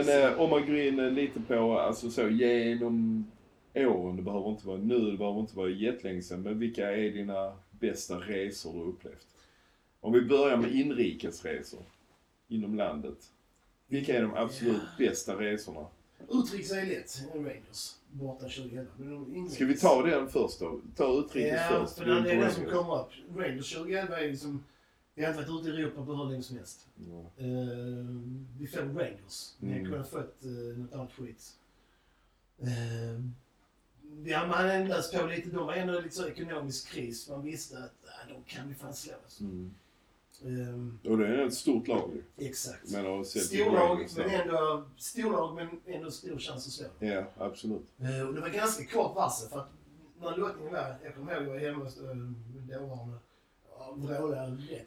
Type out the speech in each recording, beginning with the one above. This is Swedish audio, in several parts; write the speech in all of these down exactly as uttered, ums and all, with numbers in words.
Men eh, om man går in lite på, alltså så genom åren, det behöver inte vara nu, det behöver inte vara jättelänge sedan, men vilka är dina bästa resor du upplevt? Om vi börjar med inrikesresor inom landet. Vilka är de absolut ja. bästa resorna? Utrikes är lätt, Rangers. Borta tjugoelva. Ska vi ta den först då? Ta utrikes ja, först. Ja, för det är den som kommer upp. Rangers tjugoelva är liksom... Vi har inte varit ute i Europa på hur länge som helst. Ja. Uh, vi får Rangers. Vi har kunnat fått uh, något annat skit. Uh, vi har man har läst på lite. De var ändå lite så ekonomisk kris. Man visste att uh, de kan vi fan slå oss. Mm. Um, och det är ett stort lag ju. Exakt. Storlag, men ändå, storlag men ändå stor chans att slå. Ja, absolut. Uh, och det var ganska kort varsel för att när lottningen var, jag kommer ihåg jag var hemma hos uh, dåvarande vrålade rätt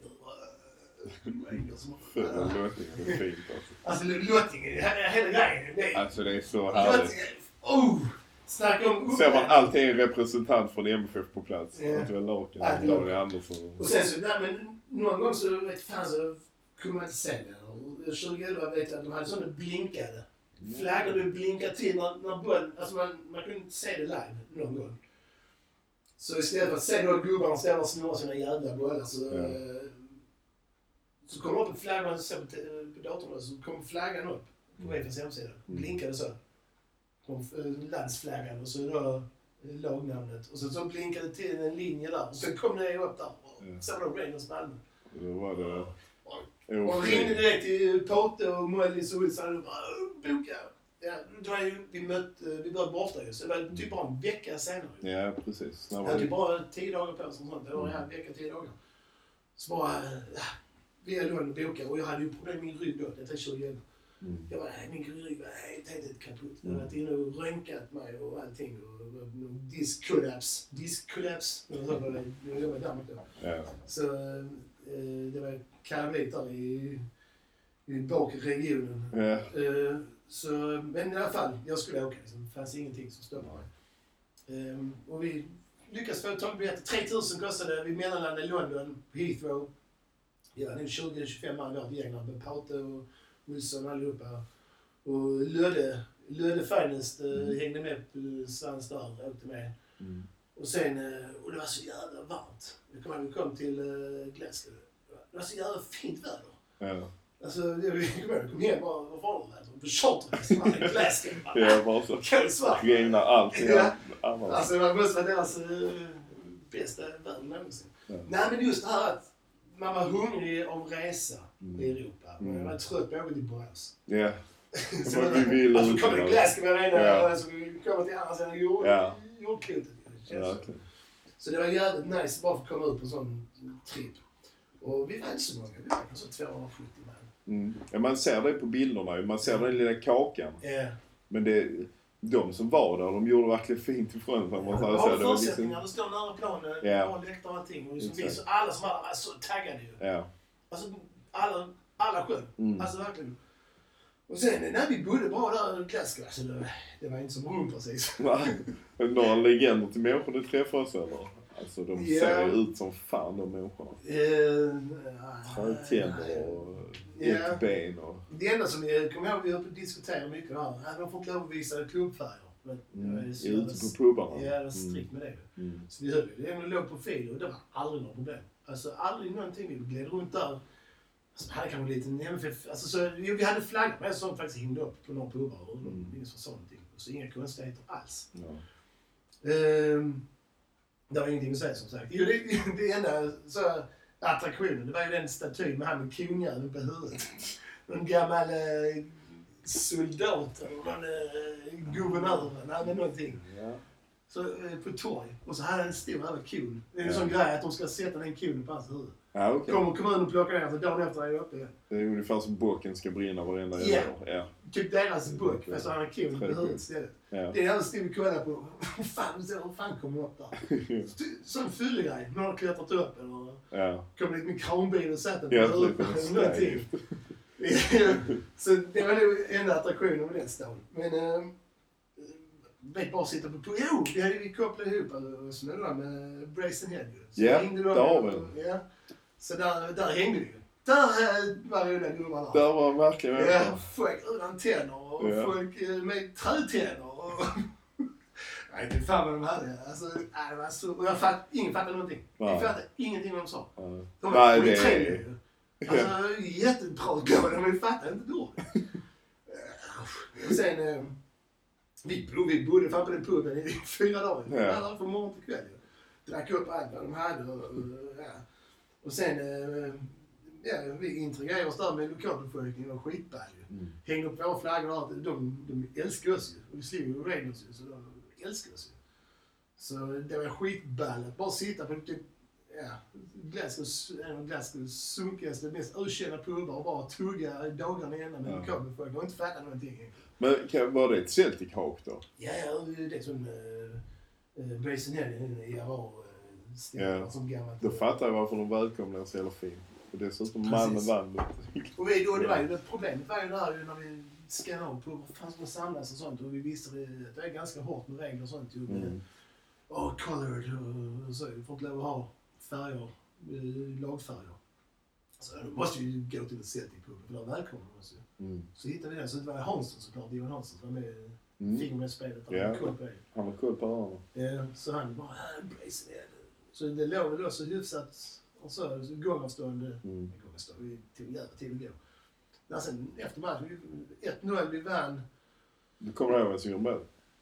ur. Lottningen är fint alltså. Alltså lottningen, hela grejen. Det, alltså det är så härligt. Oh! Snacka om... Ser man alltid en representant från M F F på plats. Ja. Att vi har Laken och Daniel Andersson. Och sen så, nej men någon gång så vet fan så kunde man inte se det. tjugoelva vet jag att de hade sådana blinkade. Flaggor du blinkar till när, när bollen, alltså man, man kunde inte se det live någon gång. Så istället för att se då gubbarna ställa och snurra sina jävla bollar så, ja. eh, så kom upp en flagga, man ser på, på datorn så kom flaggan upp på Wefens hemsida. Blinkade så. Kom eh, landsflaggan och så då eh, lagnamnet. Och så, så blinkade till en linje där och så kom det upp där och ja. Så var det Rangers Malmö. Då var det... Och, och, och ringde direkt till Pote och Mollis och Olsson och bara boka. Ja, då var ju, vi mötte, vi började borta ju, så det var typ bara en vecka senare. Ja, precis. Jag hade typ bara tio dagar på sig, sånt. Det var en vecka, tio dagar. Så bara, ja, vi hade då boka och jag hade ju problem med min rygg då, det är tjugoelva. Mm. Jag bara, nej, min rygg var helt, helt kaputt. Jag hade varit inne och röntgat mig och allting. Och disk-kollaps, disk-kollaps. Jag var där med då. Ja. Så eh, det var kalabit där i, i bakregionen. Ja. Eh, Så, men i alla fall, jag skulle åka. Liksom. Det fanns ingenting som stoppade mig. Um, och vi lyckades få tag på biljetter. tre tusen kostade vi mellanlandade i London, på Heathrow. Det var nog tjugo till tjugofem man där, gäng med Paute och Wilson och allihopa. Och Lödde, Lödde Finest uh, mm. hängde med på svans där och åkte med. Mm. Och sen, uh, och det var så jävla varmt. Vi kom, vi kom till uh, Glasgow. Det var så jävla fint väder. Ja. Alltså, jag kom hem och vad var det? På charterrestaurang i Glasgow. Ja, bara så. Kolsvart. Regnar alltid. Ja. Alltså, det måste vara deras uh, bästa värld någonsin. Ja. Nej, men just det här att man var hungrig av resa mm. i Europa. Mm. Man var trött på att åka till Borås. Ja. Så man, vi vill alltså, vi kommer till Glasgow med ena ja. och alltså, vi kommer till andra sidan jord, ja. jordklotet. Ja, okay. Så det var jävligt nice bara för att komma ut på en sån tripp. Och vi var inte så många, vi var kanske tvåhundrasjuttio man. Mm. Ja, man ser det på bilderna, man ser den lilla kakan. Yeah. Men det, de som var där, de gjorde verkligen fint ifrån sig. Ja, ja, det var förutsättningar, det står nära planen, ja. och läktare och allting. Och liksom vi, så alla som var där så taggade ju. Ja. Alltså, alla, alla sjöng. Mm. Alltså verkligen. Och sen när vi bodde bara där i Glasgow, alltså det, det var inte som rum precis. Några legender till människor du träffar oss eller? Alltså de yeah. ser ju ut som fan de människorna. Uh, Har tänder och yeah. ett ben och... Det enda som jag kommer ihåg, vi har diskuterat mycket här. De får inte lov att visa klubbfärger. Men mm. det är ute på pubarna. Ja, det var strikt med det. Mm. Så vi höll det ändå låg på fil och det var aldrig något problem. Alltså aldrig någonting. Vi gled runt där. Alltså, hade kanske lite M F F. Alltså, så, vi hade flaggor med som faktiskt hängde upp på några pubar. Och mm. ingen som sa någonting. Så inga konstigheter alls. Ja. Um, det var ingenting att säga som sagt. Jo, det, det enda så, attraktionen, det var ju den statyn med han med konjäveln på huvudet. En gammal eh, soldat eller någon eh, guvernör eller någonting. Ja. Så eh, på torg. Och så hade han en stor jävla kon. Det är en ja. sån grej att de ska sätta den konen på hans huvud. Ja, okay. Kommer kommunen och plockar ner så dagen efter är jag uppe igen. Det är ungefär som boken ska brinna varenda yeah. år. Ja. Typ deras bok, fast han har en kon på huvudet istället. Ja. Det är jävla stor vi kollar på. Hur fan, hur fan kommer upp där? Sån fyllig grej. Någon har klättrat upp eller ja. kommer dit med kranbil och satt den på ja, huvudet. Så det var nog enda attraktionen med den stan. Men äh, vet bara sitta på... Jo, vi hade vi kopplat ihop och snurrat med Brazen Head. Ja, där har vi. Ja. Så där, där hängde vi ju. Där var roliga gubbarna. Där var verkligen Ja, människor. folk utan antenner och Ja. folk med trädtänder. Och... Nej, inte fan vad de hade. Alltså, nej, det var så... Och jag fatt... ingen fattade någonting. Jag fattade ingenting vad de sa. Ja. De Nej, var det trevliga. är... Alltså, jättebra gå, men vi fattade inte då. Och sen... Eh, vi, vi bodde fan på den puben i fyra dagar. Vi var där från morgon till kväll. Drack upp allt vad de hade och, och, ja. Och sen... Eh, ja, vi interagerade oss där med lokalbefolkningen och skitball ju. Mm. Hängde upp våra flaggor där. De, de älskar oss ju. Och vi slog ju Rangers ju, så de älskar oss ju. Så det var skitball att bara sitta på typ, ja, Glasgows, en av Glasgows sunkigaste, mest ökända pubar och bara tugga dagarna igen med ja. lokalbefolkningen och inte fatta någonting. Men kan, var det ett Celtic Hawk då? Ja, ja, det är som äh, äh, Brazen Head i Ara äh, ja. som gammalt. Då fattar jag varför de välkomnar så jävla fint. Och dessutom Malmö vann. Och vi, då, det var ju det problemet var ju där när vi skannade av på vad fan som samlas och sånt och vi visste det, det är ganska hårt med regler och sånt ju. Mm. Och colored och, och så. Vi får inte lov att ha färger, lagfärger. Så då måste vi ju gå till ett Celtic-pub för där välkomnar vi oss ju. Mm. Så hittade vi det. Så det var Hansson såklart, Johan Hansson som var med mm. fick med spelet. Han ja. var cool på det. Han var cool på öronen. Ja, så han bara, här är Brazen Head. Så det låg väl då så hyfsat och så, så gångavstånd. Mm. Gångavstånd, vi tog jävla tid att gå. När sen efter matchen, ett noll vi vann. Du kommer ihåg vad som gjorde mål?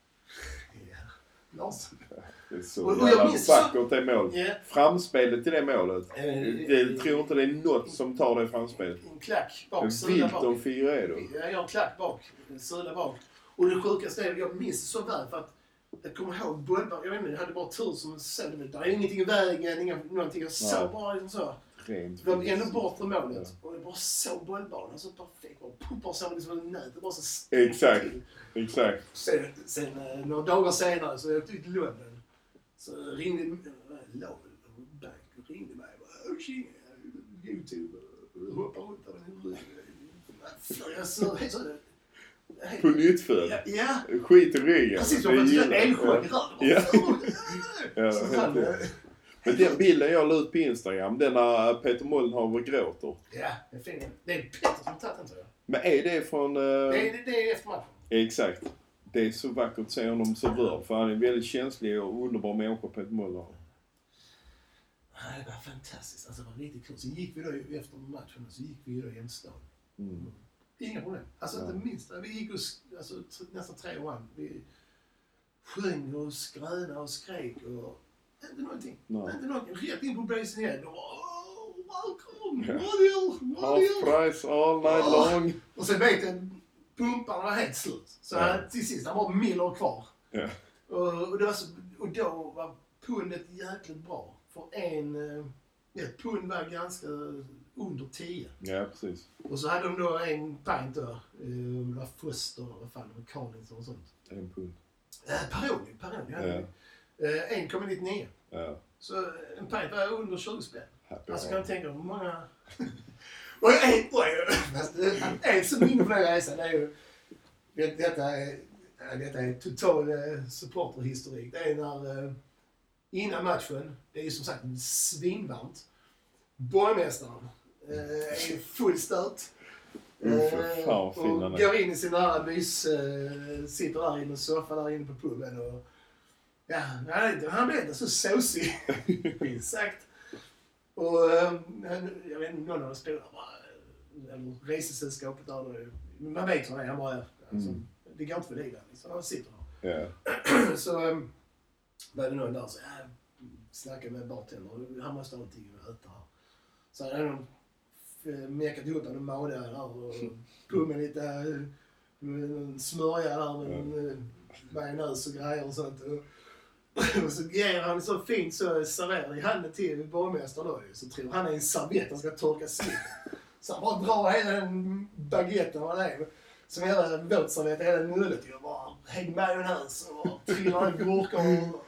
Ja, Larsson. Det är så och, jävla vackert det mål. Yeah. Framspelet till det målet. Uh, jag tror inte det är något som tar det framspelet. En klack bak, sida bak. Vilton Figueiredo. Ja, jag har en klack bak, sida bak. Och det sjukaste är, jag minns så väl för att jag kommer ihåg bollbar, jag vet inte, jag hade bara tur som så det där är ingenting i vägen, inga, någonting. Jag såg bara liksom så. Rent. Det var ändå bortre målet. Ja. Och jag bara såg bollbanan så perfekt. Och pumpar så liksom en nät. Det bara så exakt. Till. Exakt. Sen, sen några dagar senare så jag till London. Så ringde Lowell Bank och ringde mig. Och tjing, YouTube. Hoppar runt av den ryggen. Jag så helt så. På nytt för. Ja, ja. Skit i ryggen. Precis, jag var en elchock i röven. Ja. Ja. Men den bilden jag la ut på Instagram, den när Peter Mollenhaver gråter. Ja, det är fint. Det är Peter som tagit den tror jag. Men är det från... Uh... Det, är, det är efter matchen. Exakt. Det är så vackert att se honom så rörd. För han är väldigt känslig och underbar människa, Peter Mollenhaver. Ja, det var fantastiskt. Alltså det var riktigt kul. Så gick vi då efter matchen så gick vi då i en stad. Mm. Inga problem. Alltså ja. Inte minst. Vi gick och, alltså, nästan tre år an. Vi sjöng och skrönade och skrek och... Inte någonting. No. Inte någonting. Rätt in på Brazen Head. Och oh, welcome! Yeah. Model! Half price all night oh. long. Och sen vet jag, pumparna var helt slut. Så yeah. han, till sist, han var Miller kvar. Yeah. Och, och, det var så, och då var pundet jäkligt bra. För en... Ett pund var ganska under tio. Ja, precis. Och så hade de då en pint då. Det var Foster, vad fan, det var Carlins och sånt. En pund. Äh, Peroni, Peroni hade yeah. Uh, en komma nittionio. Ja. Så en pint var under tjugo spänn. Alltså kan du tänka hur många... och en, en, en som minne på den resan är ju... Det, detta, är, detta är total uh, supporterhistorik. Det är när... Uh, innan matchen, det är ju som sagt svinvarmt. Borgmästaren uh, är full stört. Uh, och går in i sin nära mys... Uh, sitter där i en soffa där inne på puben och... Ja, han blev inte så såsig, minst sagt. Och jag vet inte, någon av de spelarna bara, eller resesällskapet där, man vet vad det är, han bara, alltså, mm. det går inte för livet, liksom, han sitter där. Yeah. Så var det någon där så jag snackade med bartender, han måste ha någonting att äta här. Så hade de mekat ihop en made där och pummen lite smörja där med majonnäs och grejer och sånt. Och så ger han så fint så serverar i handen till borgmästaren då. Så tror han är en servett han ska torka slick. Så han bara drar hela den baguetten vad det är. Som hela våtservett, hela nullet. Jag bara häng majonnäs och trillar en gurka och...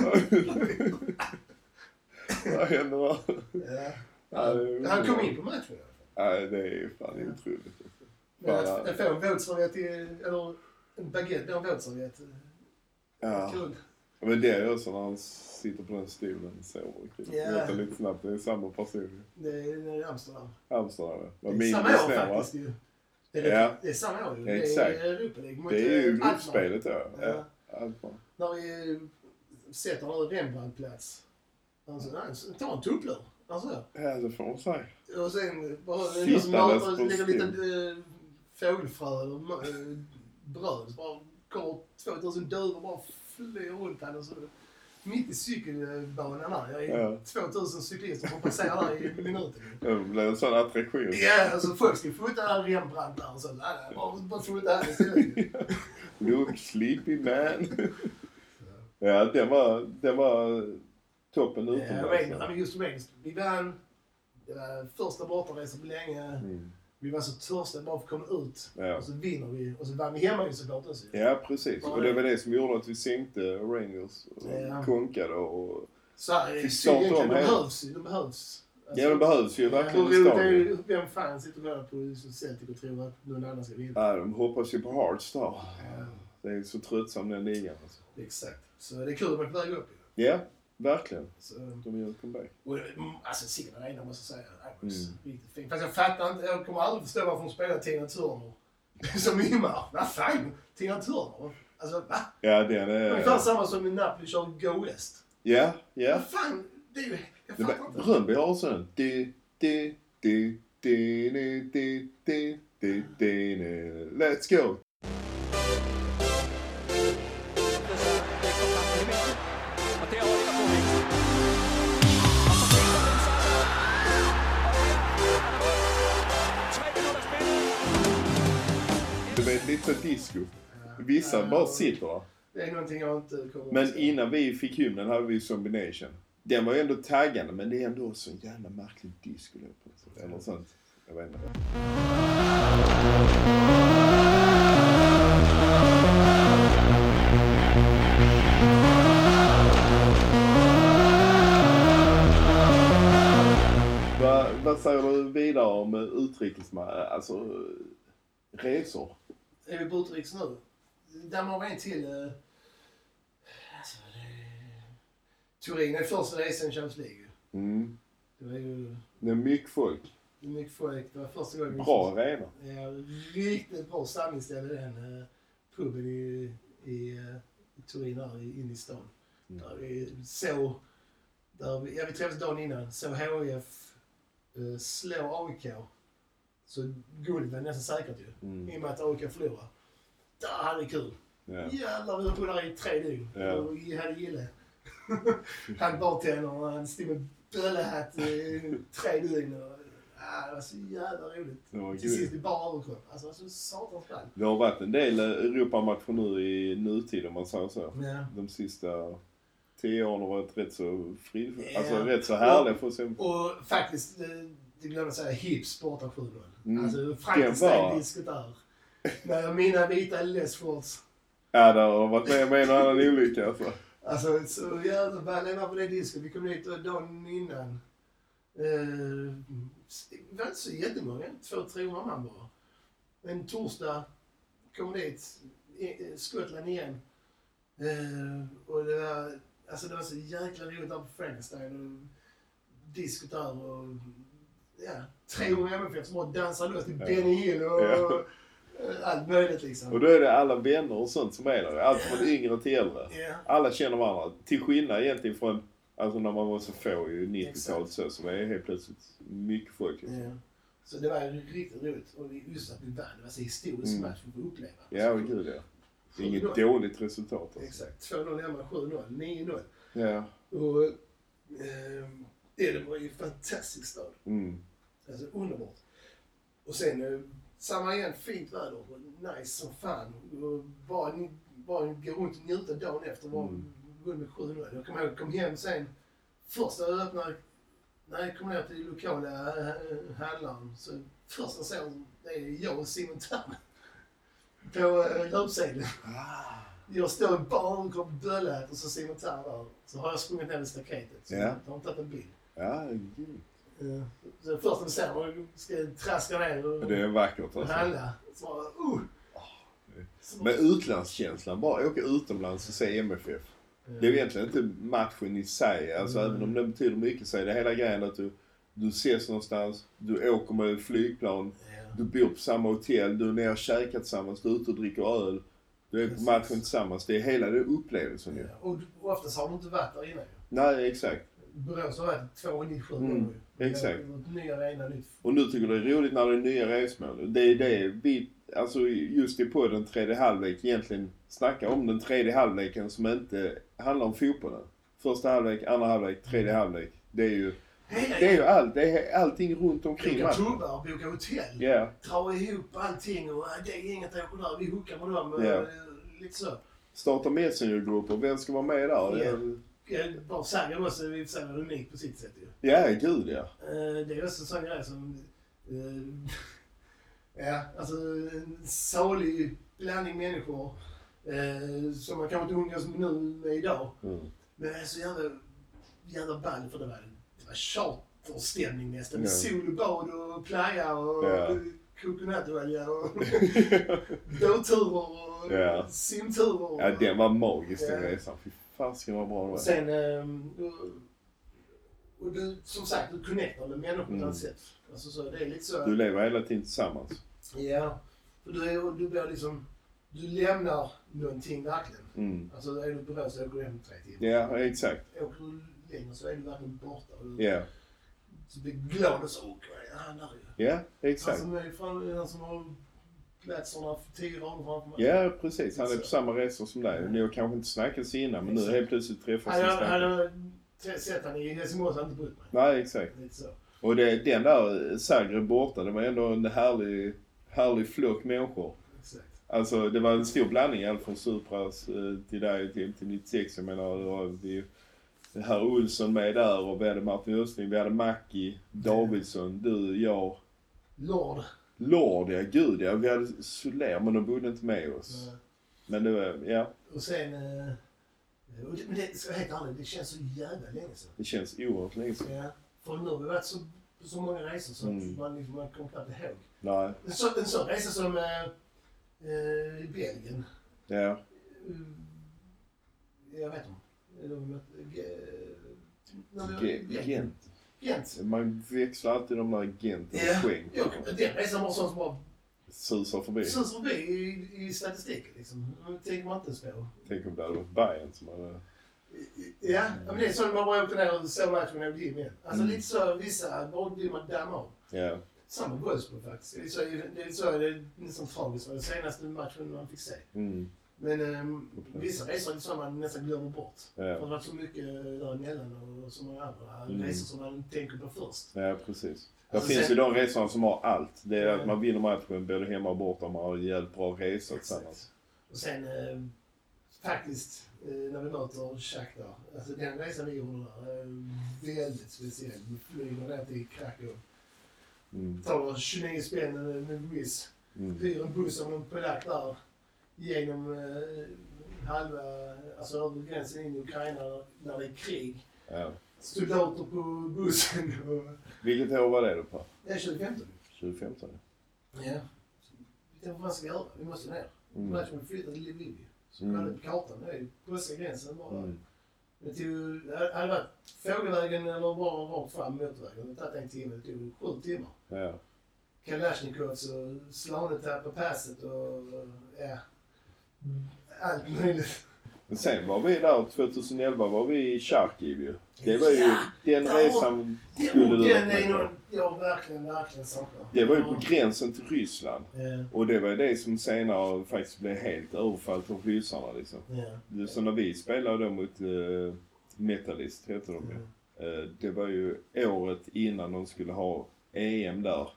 Vad händer då? Ja. Ja, han kom in på matchen i alla fall. Nej, det är ju fan otroligt. Men att, att få en våtservett eller en baguette med en våtservett. Ja. Kul. Men det är också när han sitter på den stolen så mycket. Ja. Det är lite snabbt, det är samma person. Det är, det är Amsterdam. Amsterdam, det är samma år faktiskt ju. Det är, ja. det är samma år ju. Ja, det är Europa League mot det är ju Alkmaar. gruppspelet då. Ja. Ja. Alkmaar. När vi sätter en Rembrandt-plats. Alltså, ta en tupplur. Alltså. Ja, det får man säga. Och sen bara Sittandes på lägger lite stil. äh, fågelfrö eller äh, bröd. Så bara kommer tvåtusen duvor bara flyger runt här. Och så, mitt i cykelbanan här. Jag är Ja. tvåtusen cyklister som passerar där i minuten. Det blir en sån attraktion. Ja, alltså folk ska fota där Rembrandt där och så. Nej, nej, bara, bara fota här istället. Look, sleepy man. Ja, det var, det var toppen Ja, utomlands. Rangers, men just Rangers. Vi vann. Det var första bortaresan på länge. Mm. Vi var så törstiga bara för att komma ut. Ja. Och så vinner vi. Och så vann vi hemma ju såklart också. Ja, precis. Och det var det som gjorde att vi sänkte Rangers. Och Ja. konkade och... Så här, Fick så starta egentligen, om de hela. behövs ju. De behövs. Alltså, Ja, de behövs ju hur verkligen i roligt är staden. ju, vem fan sitter där på Celtic och tror att någon annan ska vinna? Ja, de hoppas ju på Hearts då. Ja, Det är så tröttsam den ligan. Alltså. exakt. Så det är kul att man är på väg upp ju. Ja, verkligen. Så, De gör en comeback. och, mm, alltså Sigrid Arena måste jag säga. Det var Mm. riktigt fint. Fast jag fattar inte. Jag kommer aldrig förstå varför hon spelar Tina Turner. Som mimmar. Vad fan? Tina Turner? Alltså va? Ja, den är... Ungefär samma som i Napoli kör Go West. Ja, ja. Vad fan? Det är ju... Jag Det fattar var- inte. Bröndby har också en. Di, di, di, di, di, di, di, di, di, di. Let's go! Det var lite så disco. Vissa Ja. bara sitter där. Det är någonting jag inte kommer Men att säga. innan vi fick hymnen hade vi Zombination. Den var ju ändå taggande, men det är ändå så en jävla märklig disco på något sätt. Eller sånt. Jag vet inte. Vad, vad säger du vidare om utrikesma, alltså resor? Är vi på utrikes nu? Där har vi en till. eh, Alltså, det... Turin är första resan i Champions League. Mm. Det var ju Det är mycket folk. det är mycket folk. Det var första gången. vi- Bra arena. Ja, riktigt bra samlingsställe den uh, puben i, i, uh, i Turin här inne i stan. Mm. Där vi såg, där vi, ja vi träffades dagen innan, såg H I F uh, slå A I K. Så guld var nästan säkert ju. Mm. I och med att A I K förlorade. Där hade vi kul. Ja. Jävlar, vi var på där i tre dygn. Ja. Och vi hade gille. Han bartendern och han stod med böllehatt i tre dygn. Och, ah, det var så jävla roligt. Det var Till sist grymt. i bara överkropp. Alltså, så satans ball. Det har varit en del Europamatcher nu i nutid om man säger så. Ja. De sista tio åren har varit rätt så fri, Ja. alltså rätt så härliga för sig. Och faktiskt, det, det glömde jag säga, Hips sportar sju noll. Mm. Alltså Det var- Frankenstein-disket där. När mina vita L-shorts. Ja, det har varit med med en annan olycka alltså. Alltså så jävla ball. Jag var på det disket. Vi kom dit dagen innan. Eh, det var inte så jättemånga. Två, tre hundra man bara. En torsdag kom dit. i- Skottland igen. Eh, och det var, alltså det var så jäkla roligt där på Frankenstein. Och diskot där och ja, trehundra M F F som bara dansar löst till Ja. Benny Hill och, Ja. och allt möjligt liksom. Och då är det alla vänner och sånt som är där. Allt från yngre till äldre. Ja. Alla känner varandra. Till skillnad egentligen från, alltså när man var så få i nittiotalet Exakt. så, så var det helt plötsligt mycket folk. Liksom. Ja. Så det var riktigt roligt. Och just att vi vann. Det var så historisk Mm. match vi får uppleva. Ja, och gud ja. Det är inget sju noll. dåligt resultat alltså. Exakt. två noll hemma, sju noll, nio noll. Ja. Och eh, Edinburgh är ju en fantastisk stad. Mm. Alltså underbart. Och sen eh, samma igen, fint väder. Och nice som fan. Och bara, bara gå runt och njuta dagen efter. Bara Mm. gå med sju noll. Jag kommer ihåg, jag kom hem sen. Första jag öppnade, när jag kom ner till lokala äh, handlaren. Så första jag såg, det är jag och Simon Tern. På äh, löpsedeln. Jag står i barnkropp böllat och så Simon Tern där. Så har jag sprungit ner vid staketet. Så Ja. jag har tagit en bild. Ja, gud. Uh, så det första vi ser var att jag ska traska ner och, Det är vackert och alltså. handla. Så bara, uh! Så Men utlandskänslan, bara åka utomlands och se M F F. Det är egentligen inte matchen i sig. Alltså mm. även om det betyder mycket så är det hela grejen att du, du ses någonstans, du åker med flygplan, yeah. du bor på samma hotell, du är nere och käkar tillsammans, du är ute och dricker öl. Du är på matchen tillsammans. Det är hela det upplevelsen. Yeah. Och, och oftast har du inte varit där innan. Nej, exakt. Borås har varit två nittiosju mm. gånger. Exakt. Nya arena, nytt. Och nu tycker det är roligt när det är nya resmål. Det är det vi, alltså just i på den tredje halvlek egentligen snackar om den tredje halvleken som inte handlar om fotbollen. Första halvlek, andra halvlek, tredje halvlek. Det är ju, hey, det är ju allt, det är allting runt omkring matchen. Boka tubbar, boka hotell. Yeah. Dra ihop allting och det är inget att åka där, vi hookar med dem. Yeah. Lite så. Starta messengergrupper, vem ska vara med där? Yeah. Bara Sagan också är ju unik på sitt sätt ju. Ja, gud ja. Det är också en sån grej som... Ja, alltså en salig blandning människor som man kanske inte umgås med nu idag. Mm. Men det är så jävla, jävla ball för det var, det var charterstämning nästan. Ja. Sol och bad och playa och ja. Kokonatolja och båtturer och ja. simturer. Ja, den var magisk den ja. resan. Fasiken var bra. Och sen, och, och du, som sagt, du connectar med människor mm. på ett sätt. Alltså, så det är lite så. Du lever hela tiden tillsammans. Ja, för du, är, du blir liksom, du lämnar någonting verkligen. Mm. Alltså är du på Borås så åker du hem tre timmar. Ja, exakt. Åker du längre så är du verkligen borta. Ja. Yeah. Så blir glad och så åker jag, han där ju. Ja, exakt. Han som är fram, han som har platserna för tio rader framför mig. Ja, precis. Han är på samma resor som dig. Ni har kanske inte snackat innan, men nu helt plötsligt träffas ni. Han har sett han i Helsingborg så han inte brytt mig. Nej, exakt. Och det, den där Zagreb borta, det var ändå en härlig, härlig flock människor. Exakt. Alltså, det var en stor blandning, allt från Supras till dig till, till nittiosex. Jag menar, det var vi, det här Olsson med där och vi hade Martin Östling, vi hade Mackie, Davidsson, du, jag. Lord. Lord, ja gud ja. Vi hade Soler, men de bodde inte med oss. Nej. Men det var, ja. Och sen, och det, men det ska jag helt ärligt, det känns så jävla länge sedan. Det känns oerhört länge sedan. Ja, för nu har vi varit så, så många resor så mm. att man, liksom, man kommer knappt ihåg. Nej. En, så, en sån resa som äh, i Belgien. Ja. Jag vet inte. Gent. Gent. Man växlar alltid de där Gent och ja. Skänk. Ja, den resan var sån som bara susar förbi. Susar förbi i, i statistiken liksom. Det tänker man inte på. Tänk om det hade varit Bayern som hade... Ja, men det är så man bara åker ner och såg matchen och åkte in igen. Alltså mm. lite så, vissa bara vill man damma av. Ja. Samma Wolfsburg faktiskt. Det är så, det är så, det är nästan tragiskt. Det var den senaste matchen man fick se. Mm. Men um, vissa resor är så man nästan glömmer bort. Ja. För det har varit så mycket däremellan och så många andra mm. resor som man tänker på först. Ja, precis. Det alltså finns sen... ju de resorna som har allt. Det är ja. att man vinner matchen både hemma och borta. Man har en jävligt bra resa tillsammans. Och sen eh, faktiskt eh, när vi möter Shakhtar. Alltså den resan vi gjorde där är väldigt speciell. Vi flyger ner till Krakow. Mm. Tar tjugonio spänn med buss. Mm. Hyr en buss av någon polack där. Genom eh, halva, alltså över gränsen in i Ukraina när det är krig. Ja. Soldater på bussen och... Vilket år var det då på? Det är tjugo femton. tjugo femton? Ja. Det var vad ska vi göra? Vi måste ner. Mm. Matchen vi flyttade till Lviv. Så mm. kollade på kartan. Det är ju polska gränsen bara. Mm. Det tog, det hade varit fågelvägen eller bara rakt fram motorvägen. Det tog en timme. Det tog sju timmar. Ja. Kalashnikovs och slanetapp på passet och ja, allt möjligt. Men sen var vi där, tjugoelva var vi i Charkiv ju. Det var ju ja, den resan var, skulle du den är någon, jag verkligen, verkligen saknar. Det var ju på gränsen till Ryssland. Ja. Och det var ju det som senare faktiskt blev helt överfallt av ryssarna liksom. Ja. Så när vi spelade då mot uh, Metallist, heter de ju. Ja. Uh, det var ju året innan de skulle ha E M där.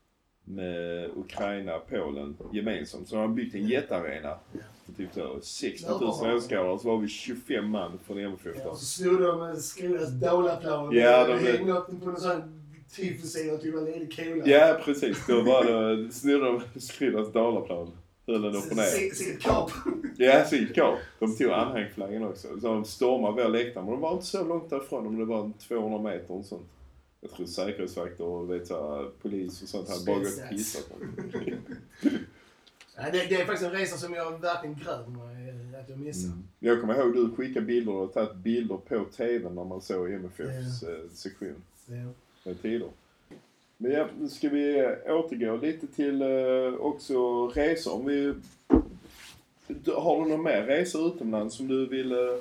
Med Ukraina, Polen gemensamt. Så de har byggt en jättearena. Ja. För typ så sextio tusen åskådare. Så var vi tjugofem man från M F F. Ja, så stod de med Skrodas dollarplan. Ja, de hängde upp den på någon sån tifosida och tog en ledig kola. Ja, precis. Då var det, snodde de Skrodas dollarplan. Höll den upp och ner. Sitt kap. Ja, sitt kap. De tog anhängflaggen också. Så de stormade vår läktare. Men de var inte så långt därifrån. Men det var tvåhundra meter och sånt. Jag tror säkerhetsvakter och vet, så, polis och sånt hade bara gått och pissat. Ja, det, det är faktiskt en resa som jag verkligen gräver mig att jag missar. Mm. Jag kommer ihåg du skickade bilder och tagit bilder på tvn när man såg M F F:s ja. sektion. Ja. Med tider. Men ja, nu ska vi återgå lite till uh, också resor. Om vi, har du någon mer resor utomlands som du vill uh,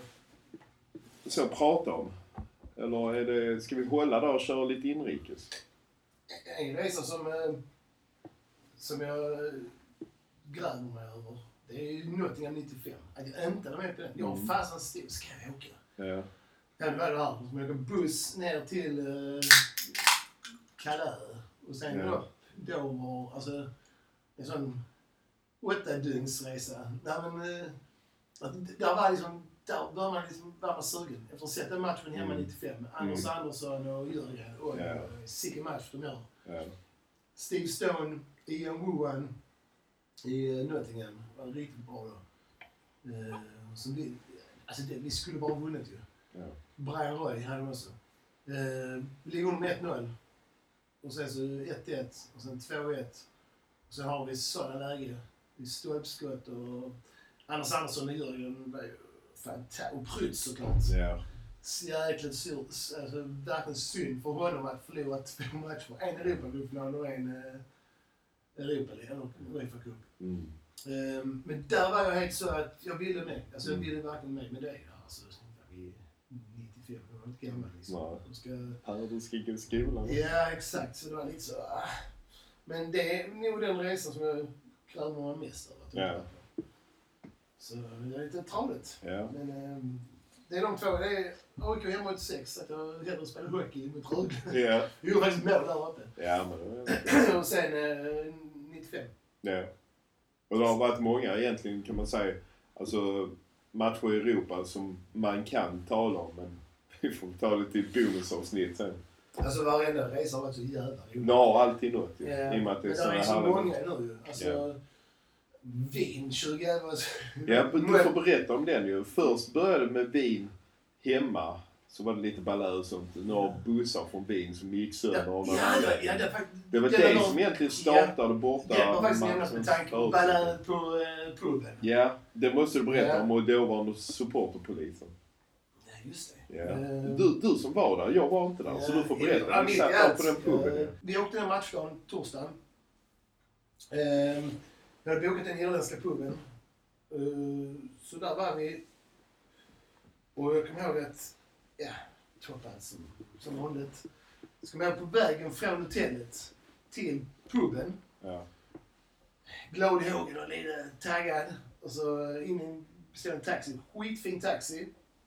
så prata om? Eller är det, ska vi hålla där och köra lite inrikes? En resa som, uh, som jag uh, gräver mig över, det är ju Nottingham nittiofem. Att jag inte är med på den. Jag har mm. fasen stor, ska jag åka? Ja. Ja, det var det här. Så jag åker buss ner till uh, Calais. Och sen ja. då, då var alltså en sån åttadygnsresa. Där, men, uh, där var liksom, där var man liksom, var man sugen. Efter att ha sett den matchen hemma mm. nittiofem. Anders mm. Andersson och Jörgen. Och ja. uh, sicken match de gör. Ja. Steve Stone, Ian Woohan i uh, Nottingham var riktigt bra då. Uh, så vi, alltså det, vi skulle bara ha vunnit ju. Ja. Brian Roy hade de också. Uh, vi ligger under ett noll. Och sen så ett ett och sen två ett. Och sen har vi sådana läge i stolpskott och Anders Andersson och Jörgen var ju fantastiskt. Och Prytz såklart. Ja. Jäkligt surt. Alltså verkligen synd för honom att förlora två matcher. En Europacup-final och en uh, Europa-lig, eller UEFA Cup. Mm. Um, men där var jag helt så att jag ville med. Alltså jag ville verkligen med med det. Alltså, vi nittiofem, jag var inte gammal liksom. Ska... Här du ska gå i skolan. Ja, exakt. Så det var lite så... Ah. Men det är nog den resan som jag kräver mig mest över. Ja. Så det är lite tradigt. Ja. Men um, det är de två. Det är A I K hemma mot sex. Att jag hellre spelar hockey mot Rögle. Ja. Jag gjorde faktiskt mål där uppe. Ja, men det och sen uh, nittiofem. Ja. Och det har varit många egentligen kan man säga. Alltså matcher i Europa som man kan tala om. Men vi får ta lite till bonusavsnitt sen. Alltså varenda resa har varit så jävla roligt. Ja, alltid något. Ja. Ja. I och med att det är, men det är så många nu ju. Alltså, ja. Wien tjugo. Ja, du får berätta om den ju. Först började med Wien hemma. Så var det lite ballad och sånt. Några bussar från Wien som gick sönder. Ja, ja, ja, ja, det, det var det, det var som egentligen startade ja, borta. Det var faktiskt nämligen med tanke på ballad på uh, puben. Ja, det måste du berätta ja. om. Och då var det supporterpolisen. Ja, just det. Ja. Uh, du, du som var där, jag var inte där. Ja, så du får berätta. Ja, vi satt där på den puben. Uh, vi åkte den matchdagen torsdagen. Uh, vi hade bokat den irländska puben. Uh, så där var vi. Och jag kommer ihåg att ja, toppen som, som vanligt. Ska man på vägen från hotellet till puben. Ja. Glad i hågen och lite taggad. Och så in i en bestämd taxi. Skitfin taxi.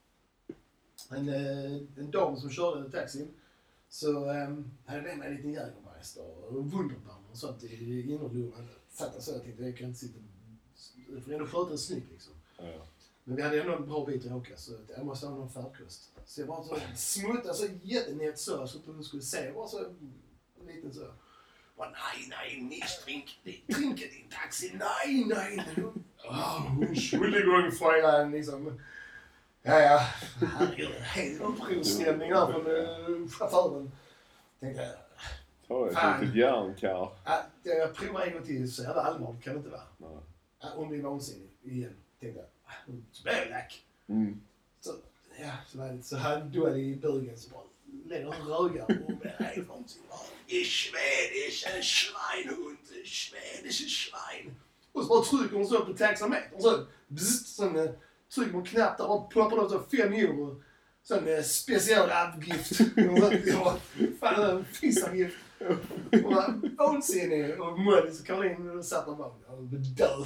En, en dam som körde taxin. Så um, hade med mig en liten Jägermeister och Wunderbaum och sånt i innerlommen. Fattar så jag tänkte jag kan inte sitta. Jag får ändå sköta en snygg liksom. Ja. Men vi hade ändå en bra bit att åka så jag måste ha någon färdkost. Så jag bara så smuttade så jättenät så så att hon skulle se. Jag var så liten så. Bara, nej, nej, nicht drink, drinka din taxi, nej, nej. Åh, Entschuldigung, Fräulein, liksom. Ja, ja. Herregud, helt upprorstämning där från uh, chauffören. Tänkte jag. Ta ett litet järnkar. Ja, jag provar en gång till så jävla allvarligt kan det inte vara. Nej. Ja, hon blir vansinnig igen, tänkte jag. Så blev jag lack. Mm. Så, ja, så var det så han dåde i bugen så bara lägger en röga och är någonting. I Schwedisch, en Schweinhund, Schwedisch Schwein. Och så bara trycker hon så på taxametern. Så bzzzt, sen trycker man knappt där och ploppar då så fem euro. Sån eh, specialavgift. Ja, fan det var fissavgift. Och var vansinnig. Och Molly så Karin satt där bara och blev död.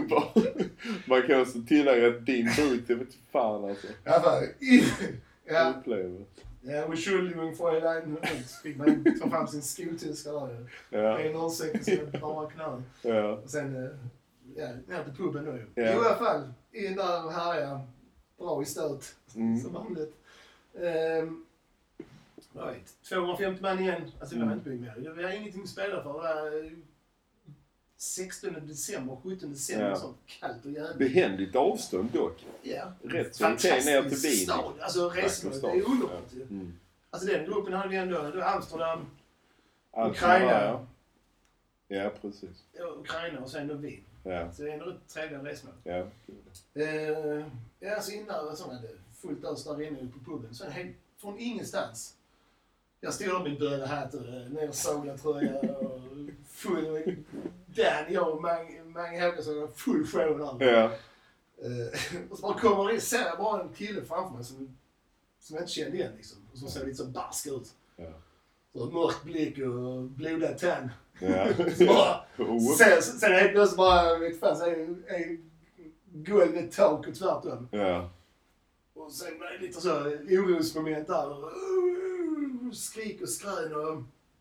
Man kan också tillägga att din buk, det vet inte fan alltså. Ja, fan. Ja. Upplever. Ja, och Schuldigung Fräulein. Så fick man ta fram sin skotyska där. Ja. En årsäck och sen bara knall. Ja. Och sen, ja, ner till puben nu. Ja. I alla fall, in där och härja. Bra i stöt. Mm. Som vanligt. Um, right. tvåhundrafemtio man igen. Alltså mm. vi har inte byggt med. Vi har ingenting att spela för. Det var sextonde december, sjuttonde december. Ja. Sånt kallt och jävligt. Behändigt avstånd dock. Ja. Rätt så okej ner till Wien. Stad. Alltså resmålet, det är underbart ju. Ja. Mm. Alltså den gruppen hade vi ändå. Det var Amsterdam, Ukraina. Ja. Ja, precis. Ja, Ukraina och sen då Wien. Ja. Så det är en rätt trevliga resmål. Ja. Eh, ja, så innan så hade fullt ös där inne på puben. Så helt från ingenstans. Jag stod där med bölehatt och nersåglartröja och full... Dan, jag och Mange Håkansson var full show där. Ja. Eh, och så bara kommer in, ser jag bara en kille framför mig som, som jag inte kände igen liksom. Och som ser lite så barsk ut. Ja. Så mörk blick och blodad tand. Ja. Så bara, sen, sen helt plötsligt bara, vet fan, så är, är golvet tak och tvärtom. Ja. Och sen var det lite så orosmoment där. Och, uh, skrik och skrön och...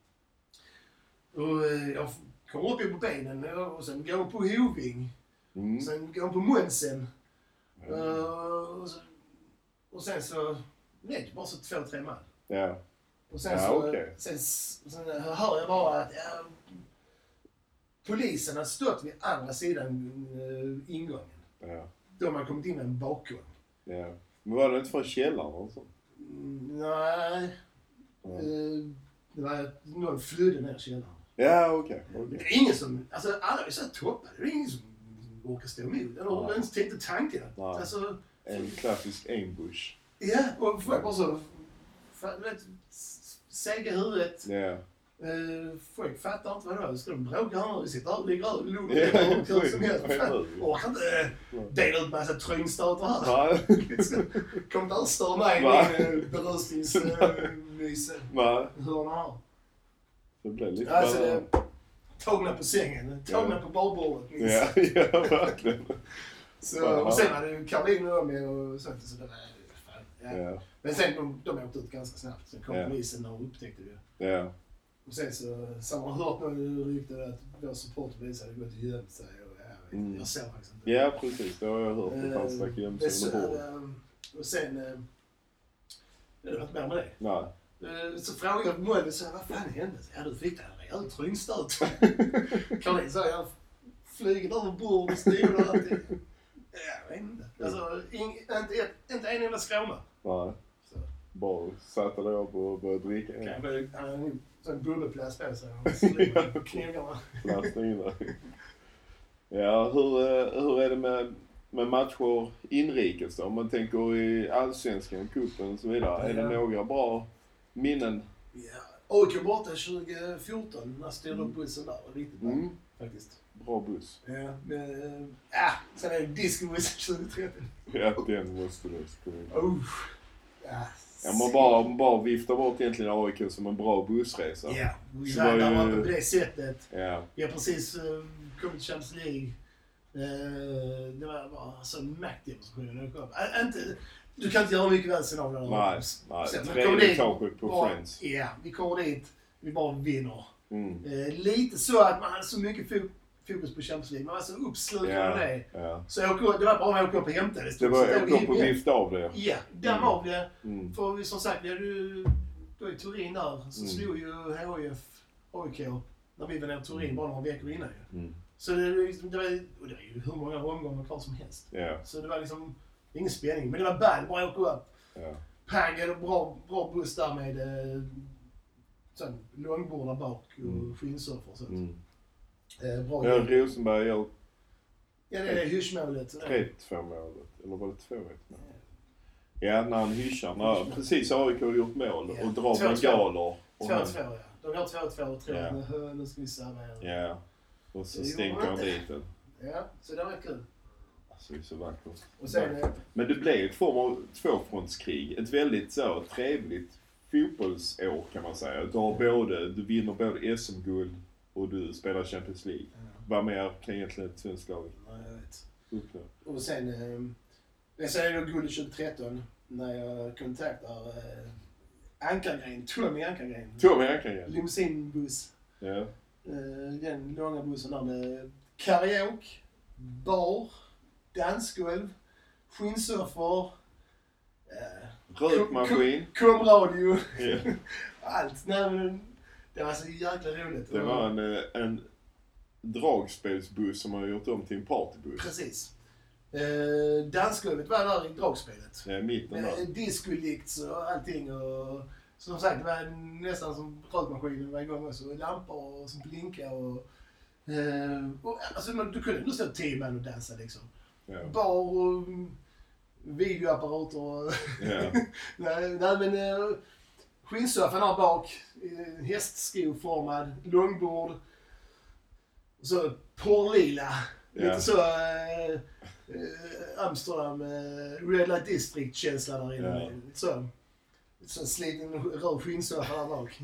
Och jag kommer upp på benen och sen går på Hoving. Mm. Sen går på Munsen. Ja. Uh, och, så, och sen så... Det är bara så två, tre man. Ja. Och sen Ja, så... okay. Sen, sen hör jag bara att... Ja, polisen har stått vid andra sidan uh, ingången. Ja. De har kommit in med en bakgång. Ja. Men var det inte från källaren och sånt? Mm, nej. Ja. Uh, det var någon flydde ner källaren. Ja, okej. Okay. Det Okay. är ingen som... Alltså alla är så toppade. Det är ingen som orkar stå emot. Eller Nej. ens tänkte tanken. Nej. Alltså... En klassisk ambush. Ja, och folk bara så... Fan, du vet... Sega huvudet. Ja. Uh, folk fattar inte vad det är. Ska de bråka här? Vi sitter här och ligger över lugnt. Ja, Hur kul som helst. ja, Fan, orkar inte uh, dela ut massa tryngstöter här. Nej. Kom där och stör mig Nej. i min berusningsmyse. Nej. Hörna här. Det blev lite Alltså, bara... det, tagna på sängen, tagna Ja. på barbordet. Ja, ja, verkligen. Så, och sen var det Caroline och med och sånt. Så det var, fan, ja. Ja. Men sen de, de åkte ut ganska snabbt. Sen kom Ja. polisen och upptäckte det. Ja. Och sen så, så har man hört något rykte att vår supporterpolis hade gått och gömt sig. Och, ja, jag, Mm. jag såg faktiskt inte. Ja, precis. Det har jag hört. Det fanns Eh, säkert gömt det sig så- under bordet. eh, Och sen... eh, Det var inte mer med det. Nej. Eh, Så frågade jag Molly så här, vad fan hände? Så, ja, du fick det här rejält tryngstöt. Caroline sa, jag flyger över bordet och stod och allting. Ja, jag vet inte. Alltså, ing, inte, ett, inte en enda skråma. Nej. Så. Bara satte dig upp och började dricka. Okay, Ja. men han har nog sån bubbelplast på sig och slänger på knogarna. Lasta in där. Ja, hur, eh, hur är det med, med matcher inrikes då? Om man tänker i allsvenskan, cupen och så vidare. Är det Ja. några bra minnen? Ja. A I K borta tjugo fjorton, när jag styrde upp bussen där. Riktigt bra, Mm. faktiskt. Bra buss. Ja, men... Ja, sen är det discobussen tjugo tretton. Ja, den måste du skriva. Oh. Ja, Ja, man bara, man bara viftar bort egentligen A I K som en bra bussresa. Ja, vi Så var laddar ju- upp på det sättet. Ja. Vi har precis uh, kommit till Champions League. Uh, det var bara så maktdemonstration när jag kom. Äh, inte, du kan inte göra mycket väsen av det. där. Nej, nej. Sen, men Tre kom i dit, taket på bara- Friends. Ja, vi kommer dit. Vi bara vinner. Mm. Uh, lite så att man hade så mycket fo- fokus på Champions League. Man var så uppslukad Ja, av det. ja. Så jag åkte, det var bara att åka upp och hämta det. Det var Så jag upp och hem. vifta av det. Ja, damma av det. Mm. För vi som sagt, vi hade ju, då i Turin där, så Mm. slog ju H I F A I K när vi var nere i Turin bara några veckor innan ju. Mm. Så det, var liksom- det, var, och det var ju hur många omgångar kvar som helst. Ja, Så det var liksom ingen spänning. Men det var ball, bara åka upp. ja. Pang, en bra, bra buss där med eh, sån långbord där bak och Mm. skinnsurfar och sånt. Mm. Eh, bra Ja, grej. Rosenberg gör Ja, det är det hyschmålet. tre två målet. Eller var det två ett mål? Ja, när han hyschar. När precis A I K har gjort mål Ja. och drar två två. bengaler. Och två han- två ja. De går två två och tror Ja. att nu ska vi servera. Ja. Och så Det stänker gjorde han man dit den. Ja, så det var kul. Alltså det är så vackert. Och sen, eh, Men det blev ett form av tvåfrontskrig. Ett väldigt så trevligt fotbollsår kan man säga. Du har både, du vinner både S M-guld och du spelar Champions League. Vad mer kan egentligen ett svenskt lag ja, jag vet. uppnå? Och sen, eh, sen är det guld tjugo tretton när jag kontaktar eh, Ankargren, Tommy Ankargren. Tommy Ankargren. Limousinbuss. Ja. Eh, den långa bussen där med karaoke, bar, dansgolv, skinnsurfer, eh, Rökmaskin. komradio, Ja. allt. Nej, men det var så jäkla roligt. Det var en, eh, en dragspelsbuss som har gjort om till en partybuss. Precis. Eh, dansgolvet var där i dragspelet. Ja, mitten där. Med discolykts och allting. Och, som sagt, det var nästan som rökmaskinen var igång också. Lampor som blinkade och Uh, och, alltså, man, du kunde ändå stå tio man och dansa liksom. Ja. Bar och videoapparater och... Ja. nej, nej, men uh, skinnsoffan här bak, uh, hästskoformad, långbord. Och så porrlila. Ja. Lite så uh, uh, Amsterdam, uh, Red Light District-känsla där inne. Ja. Lite så. Lite så en sliten röd skinnsoffa där bak.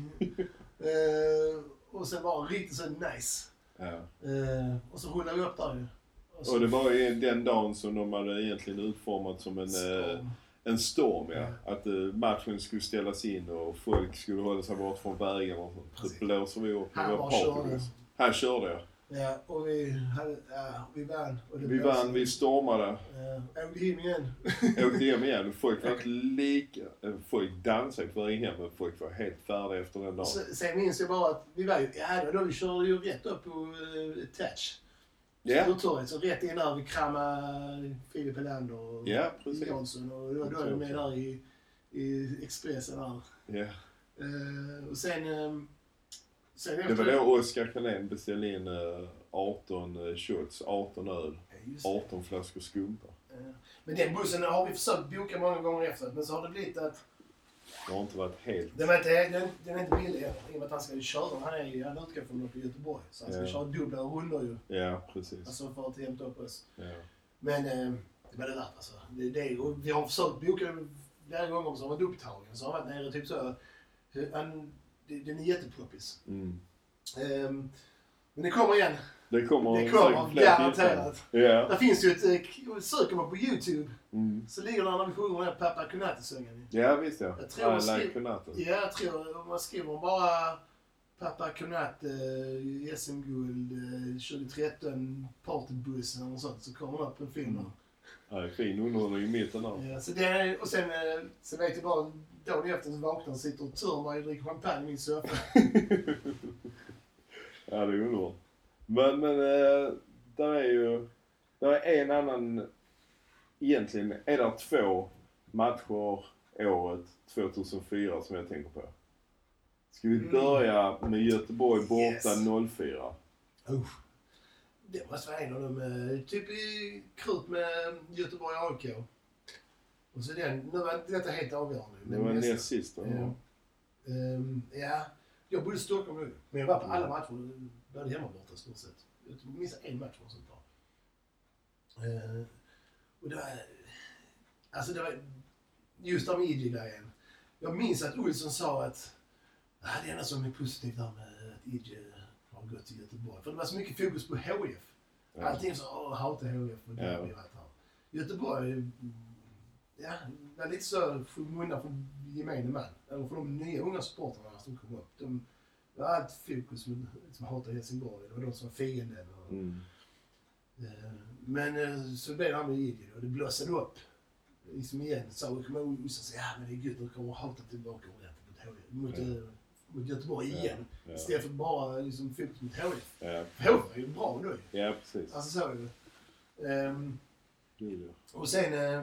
uh, och sen var det riktigt så nice. Ja. Uh, och så rullade vi upp där ju. Och, så, Och det var ju den dagen som de hade egentligen utformat som en storm, eh, en storm ja. ja. Att eh, matchen skulle ställas in och folk skulle hålla sig bort från vägarna. Så blåser vi upp. Han bara körde. Han körde ja. Ja, och vi, hade, ja, vi vann. Och det vi vann, vi stormade. Ja, åkte hem igen. åkte hem igen. Folk var inte lika... Folk dansade på vägen hem, men folk var helt färdiga efter den dagen. Så, sen minns jag bara att vi var ju... Ja, då vi körde ju rätt upp på uh, Touch. Ja. Stortorget, så rätt in där vi kramade Filip Helander och ja, precis. Jansson. Och då, då är de med där i, i Expressen där. Ja. Uh, och sen... Um, sen det var då Oskar Karlén beställde in uh, arton shots, arton öl, ja, arton flaskor skumpa. Uh, men den bussen har vi försökt boka många gånger efter, men så har det blivit att... Det har inte varit helt... Den är inte, den, den är inte billig heller, i och med att han ska ju köra. Han är ju, han utgår från uppe i Göteborg. Så han ska ja. köra dubbla rundor ju. Ja, precis. Alltså för att hämta upp oss. Ja. Men eh, det var det värt alltså. Det, det, och vi har försökt boka flera gånger så har varit upptagen. Så har varit nere typ så. Han, det, den är jättepoppis. Mm. Um, men det kommer igen. Det kommer, det kommer garanterat. Ja. Det finns ju ett, söker man på YouTube. Mm. Så ligger där när vi sjunger den här Pappa Konate-sången. Ja, visst ja. Jag tror man skriver, like ja, jag tror man skriver bara Pappa Konate, S M-guld, tjugohundratretton, partybussen och sånt, så kommer det upp en film. Mm. Ja, det är fin underhållning i mitten där. Ja, så det är, och sen, sen vet jag bara, dagen efter så vaknar och sitter och törnar och dricker champagne i min soffa. Ja, det är underbart. Men, men äh, där är ju, där är en annan, egentligen är det två matcher året tvåtusenfyra som jag tänker på. Ska vi börja med Göteborg borta yes. noll fyra? Uh. Det måste vara en av dem, typ i krut med Göteborg A I K. Och så den, nu var detta helt avgörande. Det var näst sist då. Ja. Um, ja, jag bodde i Stockholm nu, men jag var på alla matcher, både hemma och borta i stort sett. Jag missade en match och sånt där. Uh, och det var, alltså det var, just om I J-grejen. Jag minns att Olsson sa att ah, det enda som är positivt där med att I J har gått till Göteborg. För det var så mycket fokus på H F. Ja. Allting så, åh, hatar H F och det har vi varit här. Göteborg, ja, det var lite så munna för gemene man. Eller för de nya unga supportrarna som kom upp. De, det var allt fokus med, som hatar Helsingborg. Det var de som var fienden. Och, mm. eh, men så blev det här med I J och det blåsade upp. Liksom igen, så vi kommer ihåg och sa ja men det är gud, de kommer att hata tillbaka mot, mot, ja. mot Göteborg igen. Ja. Ja. Istället för bara liksom fokus mot H F. Ja. H F är ju bra nu. Ja, precis. Alltså så är det. Um, mm. Och sen, uh,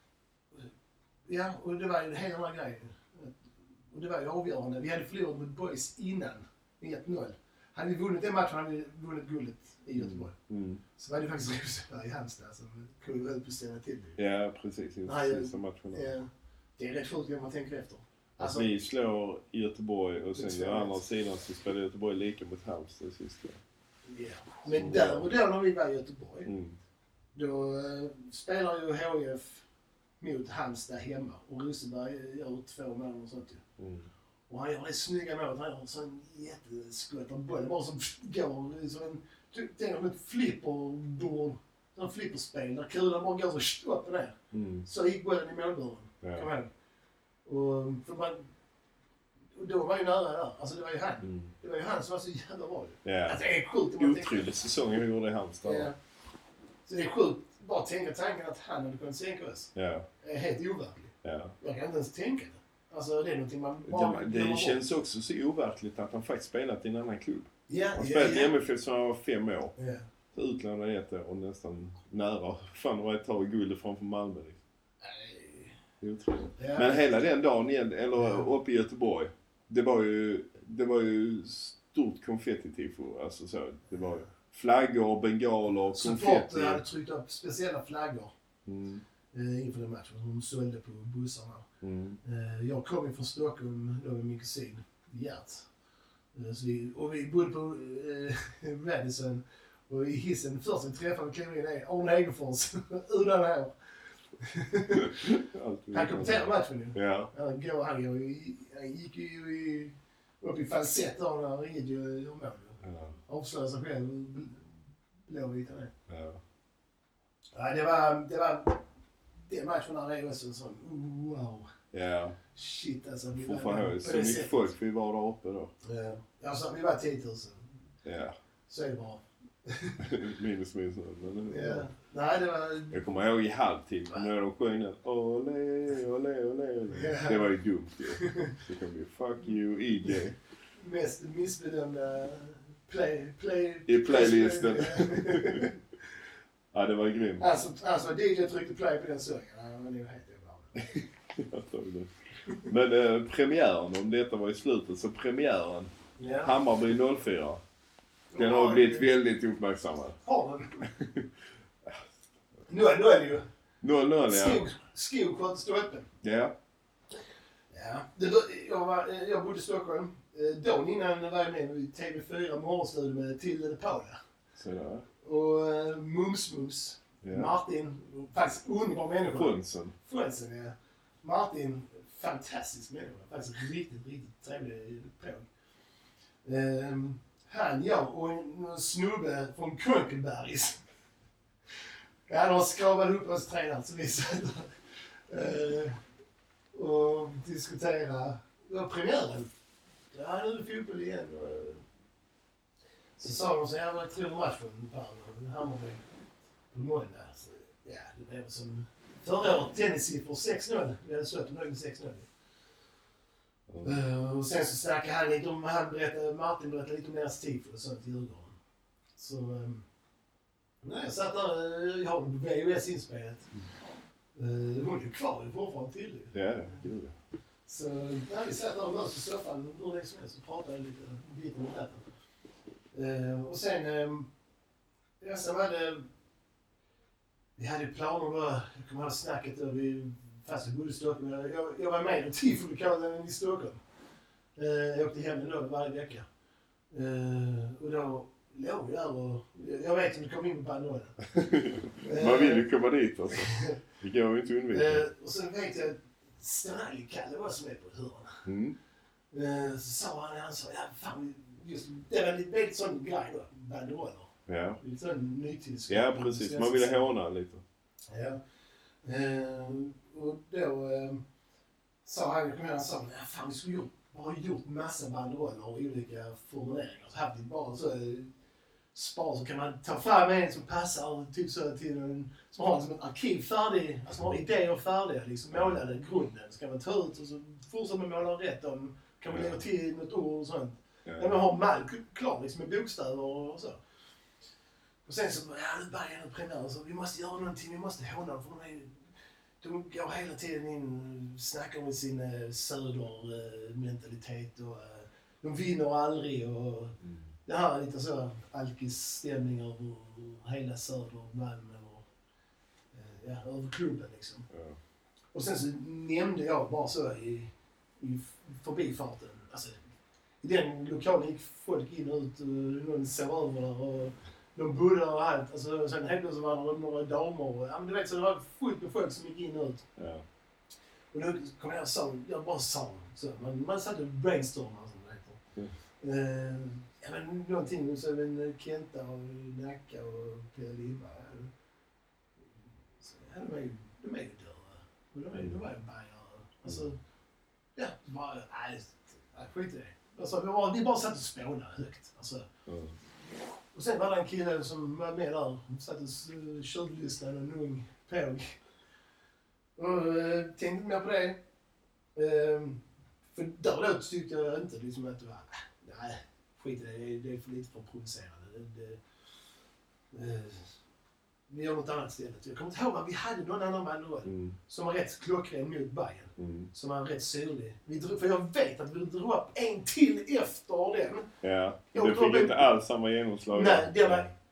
ja, och det var ju hela den här grejen. Och det var ju avgörande. Vi hade förlorat mot Boys innan, ett noll. Hade vi vunnit den matchen hade vi vunnit guldet i Göteborg. Mm. Mm. Så var det faktiskt Rosenberg i Halmstad som kunde väl bestämma till det. Ja, precis. Nej, som matchen ja, det är rätt sjukt om man tänker efter. Alltså, vi slår Göteborg och sen å andra sidan så spelar Göteborg lika mot Halmstad sist. Ja. Men där och då när vi var i Göteborg, mm. då uh, spelar ju H F mot Halmstad hemma och Rosenberg gör två mål och sånt ju. Mm. Och han gör det snygga målet, han gör en sån jätteskott av bollen bara som går som en, tänk om ett flipperbord, en flipperspel där kulan bara går så upp och ner. Mm. Så gick bollen i målburen, ja. kom hem. Och, för man, och då var ju nära där, alltså det var ju han. Mm. Det var ju han som var så jävla bra. Ja. Alltså det är sjukt. Otrolig säsong vi gjorde i Halmstad. Ja. Så det är sjukt, bara tänka tanken att han hade kunnat sänka oss. Ja. Det är helt overkligt. Ja. Jag kan inte ens tänka det. Alltså det är någonting man bara... Det, det känns bort. Också så overkligt att han faktiskt spelat i en annan klubb. Ja, han ja, spelat ja. i M F F som han var fem år. Ja. Så utlånade ett år och nästan nära. Fan var ett tag guld framför Malmö. Det är otroligt. Ja. Men hela den dagen igen, eller ja. uppe i Göteborg. Det var ju, det var ju stort konfettitifo. Alltså så. Det var ju flaggor, bengaler, Support konfetti. hade tryckt upp speciella flaggor Mm. eh, inför den matchen som de sålde på bussarna. Mm. Eh, jag kom ju från Stockholm då med min kusin Gert. Eh, så vi, och vi bodde på eh, Madison. Och i hissen först vi träffade och klev in är Arne Hegerfors utan hår. Han kommenterar matchen ju. Ja. Han, går, han, går, i- han gick ju i, upp i falsett där när han ringde ju gör mål. Ja. Avslöjade sig själv bl- blåvita ner. Ja. Ja, det var, det var den matchen där är också en sån oh, wow. Ja. Shit alltså. Vi Fortfarande var ihåg. på Så det mycket sättet. folk vi var där uppe då. Ja. Alltså, vi var tio tusen. Ja. Så är det bara. Minus minus men Ja. Nej, det var... jag kommer ihåg i halvtid när de sjöng den. Olé, olé, olé, olé. Ja. Det var ju dumt ju. Så det kom ju fuck you E J. Mest missbedömda play... play I playlisten. Ja. Ja, det var grymt. Alltså, alltså D J tryckte play på den sången. Han var nog helt obehaglig. Jag tror det. Men eh, premiären, om detta var i slutet, så premiären. Ja. Hammarby noll fyra. Den har blivit väldigt uppmärksammad. Har den? Nu är, nu är det ju noll noll ja. skog, skog kvar till stolpen. Ja. Ja. Det, var- jag, var, jag bodde i Stockholm. Eh, Dagen innan var jag med i T V fyra morgonstudio med Tilde de Paula. Sådär. Och uh, Mums Mums. Ja. Martin, faktiskt underbar människa. Frunsen. Frunsen, ja. Martin, fantastisk människa. Faktiskt riktigt, riktigt trevlig påg. Um, han, jag och en snubbe från Konkelbergs. Ja, de skravade upp oss tre där, så vi satt uh, och diskuterade. Det var premiären. Ja, nu är det fotboll igen. Och, så sa de så här, jag tror matchen på Hammarby på måndag. Så, ja, det blev som förra året, tennissiffror sex noll. Vi hade slått dem med sex noll. Mm. Uh, och sen så snackade han lite om, han berättade, Martin berättade lite om deras tifo och sånt i Djurgården. Så, um, nej, jag satt där, uh, jag har V H S inspelat. Uh, hon är ju kvar, det är fortfarande till. Ja, gud. Så ja, vi satt där och möts i soffan hur länge som helst och pratade lite vitt om detta. Uh, och sen, um, ja, sen var det, vi hade planer bara, jag kommer ihåg snacket då, vi, fast vi bodde i Stockholm, jag, jag var med i tifolokalen i Stockholm. Uh, jag åkte hem då varje vecka. Uh, och då låg vi där och, jag vet inte, det kom in på banderollen. Man vill ju komma dit alltså. Det går ju inte att undvika. Uh, och sen vet jag, Stanley-Kalle var som är på ett hörn. Mm. Uh, så sa han, han sa, ja fan, just, det var lite, väldigt sån grej då, banderoller. Ja. Lite sån nytillskap. Ja, precis. Man ville håna lite. Ja. Uh, och då uh, sa han, jag kommer ihåg, han sa, ja fan vi skulle gjort, bara gjort massa banderoller och olika formuleringar. Så hade vi bara så uh, spar så kan man ta fram en som passar typ så till en, som har liksom ett arkiv färdig, alltså har idéer färdiga, liksom målade grunden. Så kan man ta ut och så fortsätta med måla rätt om, kan man lägga till något ord och sånt. Ja. Ja, man har mall klar liksom med bokstäver och så. Och sen så, ja nu börjar en premiär så vi måste göra någonting, vi måste håna dem för de är, de går hela tiden in, snackar om sin eh, södermentalitet och eh, de vinner aldrig och Mm. det här är lite så alkisstämning över hela söder, Malmö och eh, ja, över klubben liksom. Ja. Och sen så nämnde jag bara så i, i förbifarten, alltså i den lokalen gick folk in och ut och någon sov över där och de bodde och allt. Alltså, sen helt plötsligt var det några damer och ja, men du vet så det var fullt med folk som gick in och ut. Ja. Och då kom jag och sa, jag bara sa så. Man, man satt och brainstormade som det heter. Mm. Uh, ja men någonting, så en Kenta och Nacka och Pia Limba. Så, ja, de är ju, de är ju dörrar. Och de är ju, de är ju bajare. Alltså, ja, det var, nej, nej skit i det. Alltså, vi, bara, vi bara satt och spånade högt. Alltså. Mm. Och sen var det en kille som var med där. Han satt och tjuvlyssnade, en ung påg. Och äh, tänkte inte mer på det. Ehm, för där och då tyckte jag inte liksom att det var, nej, skit i det, det är, det är för lite för provocerande. Det, det, äh, vi gör något annat istället. Jag kommer inte ihåg vad vi hade någon annan banderoll Mm. som var rätt klockren mot Bayern. Mm. Som var rätt syrlig. Vi drog, för jag vet att vi drog upp en till efter den. Ja, Jag det tror fick vi- inte alls samma genomslag. Nej, det var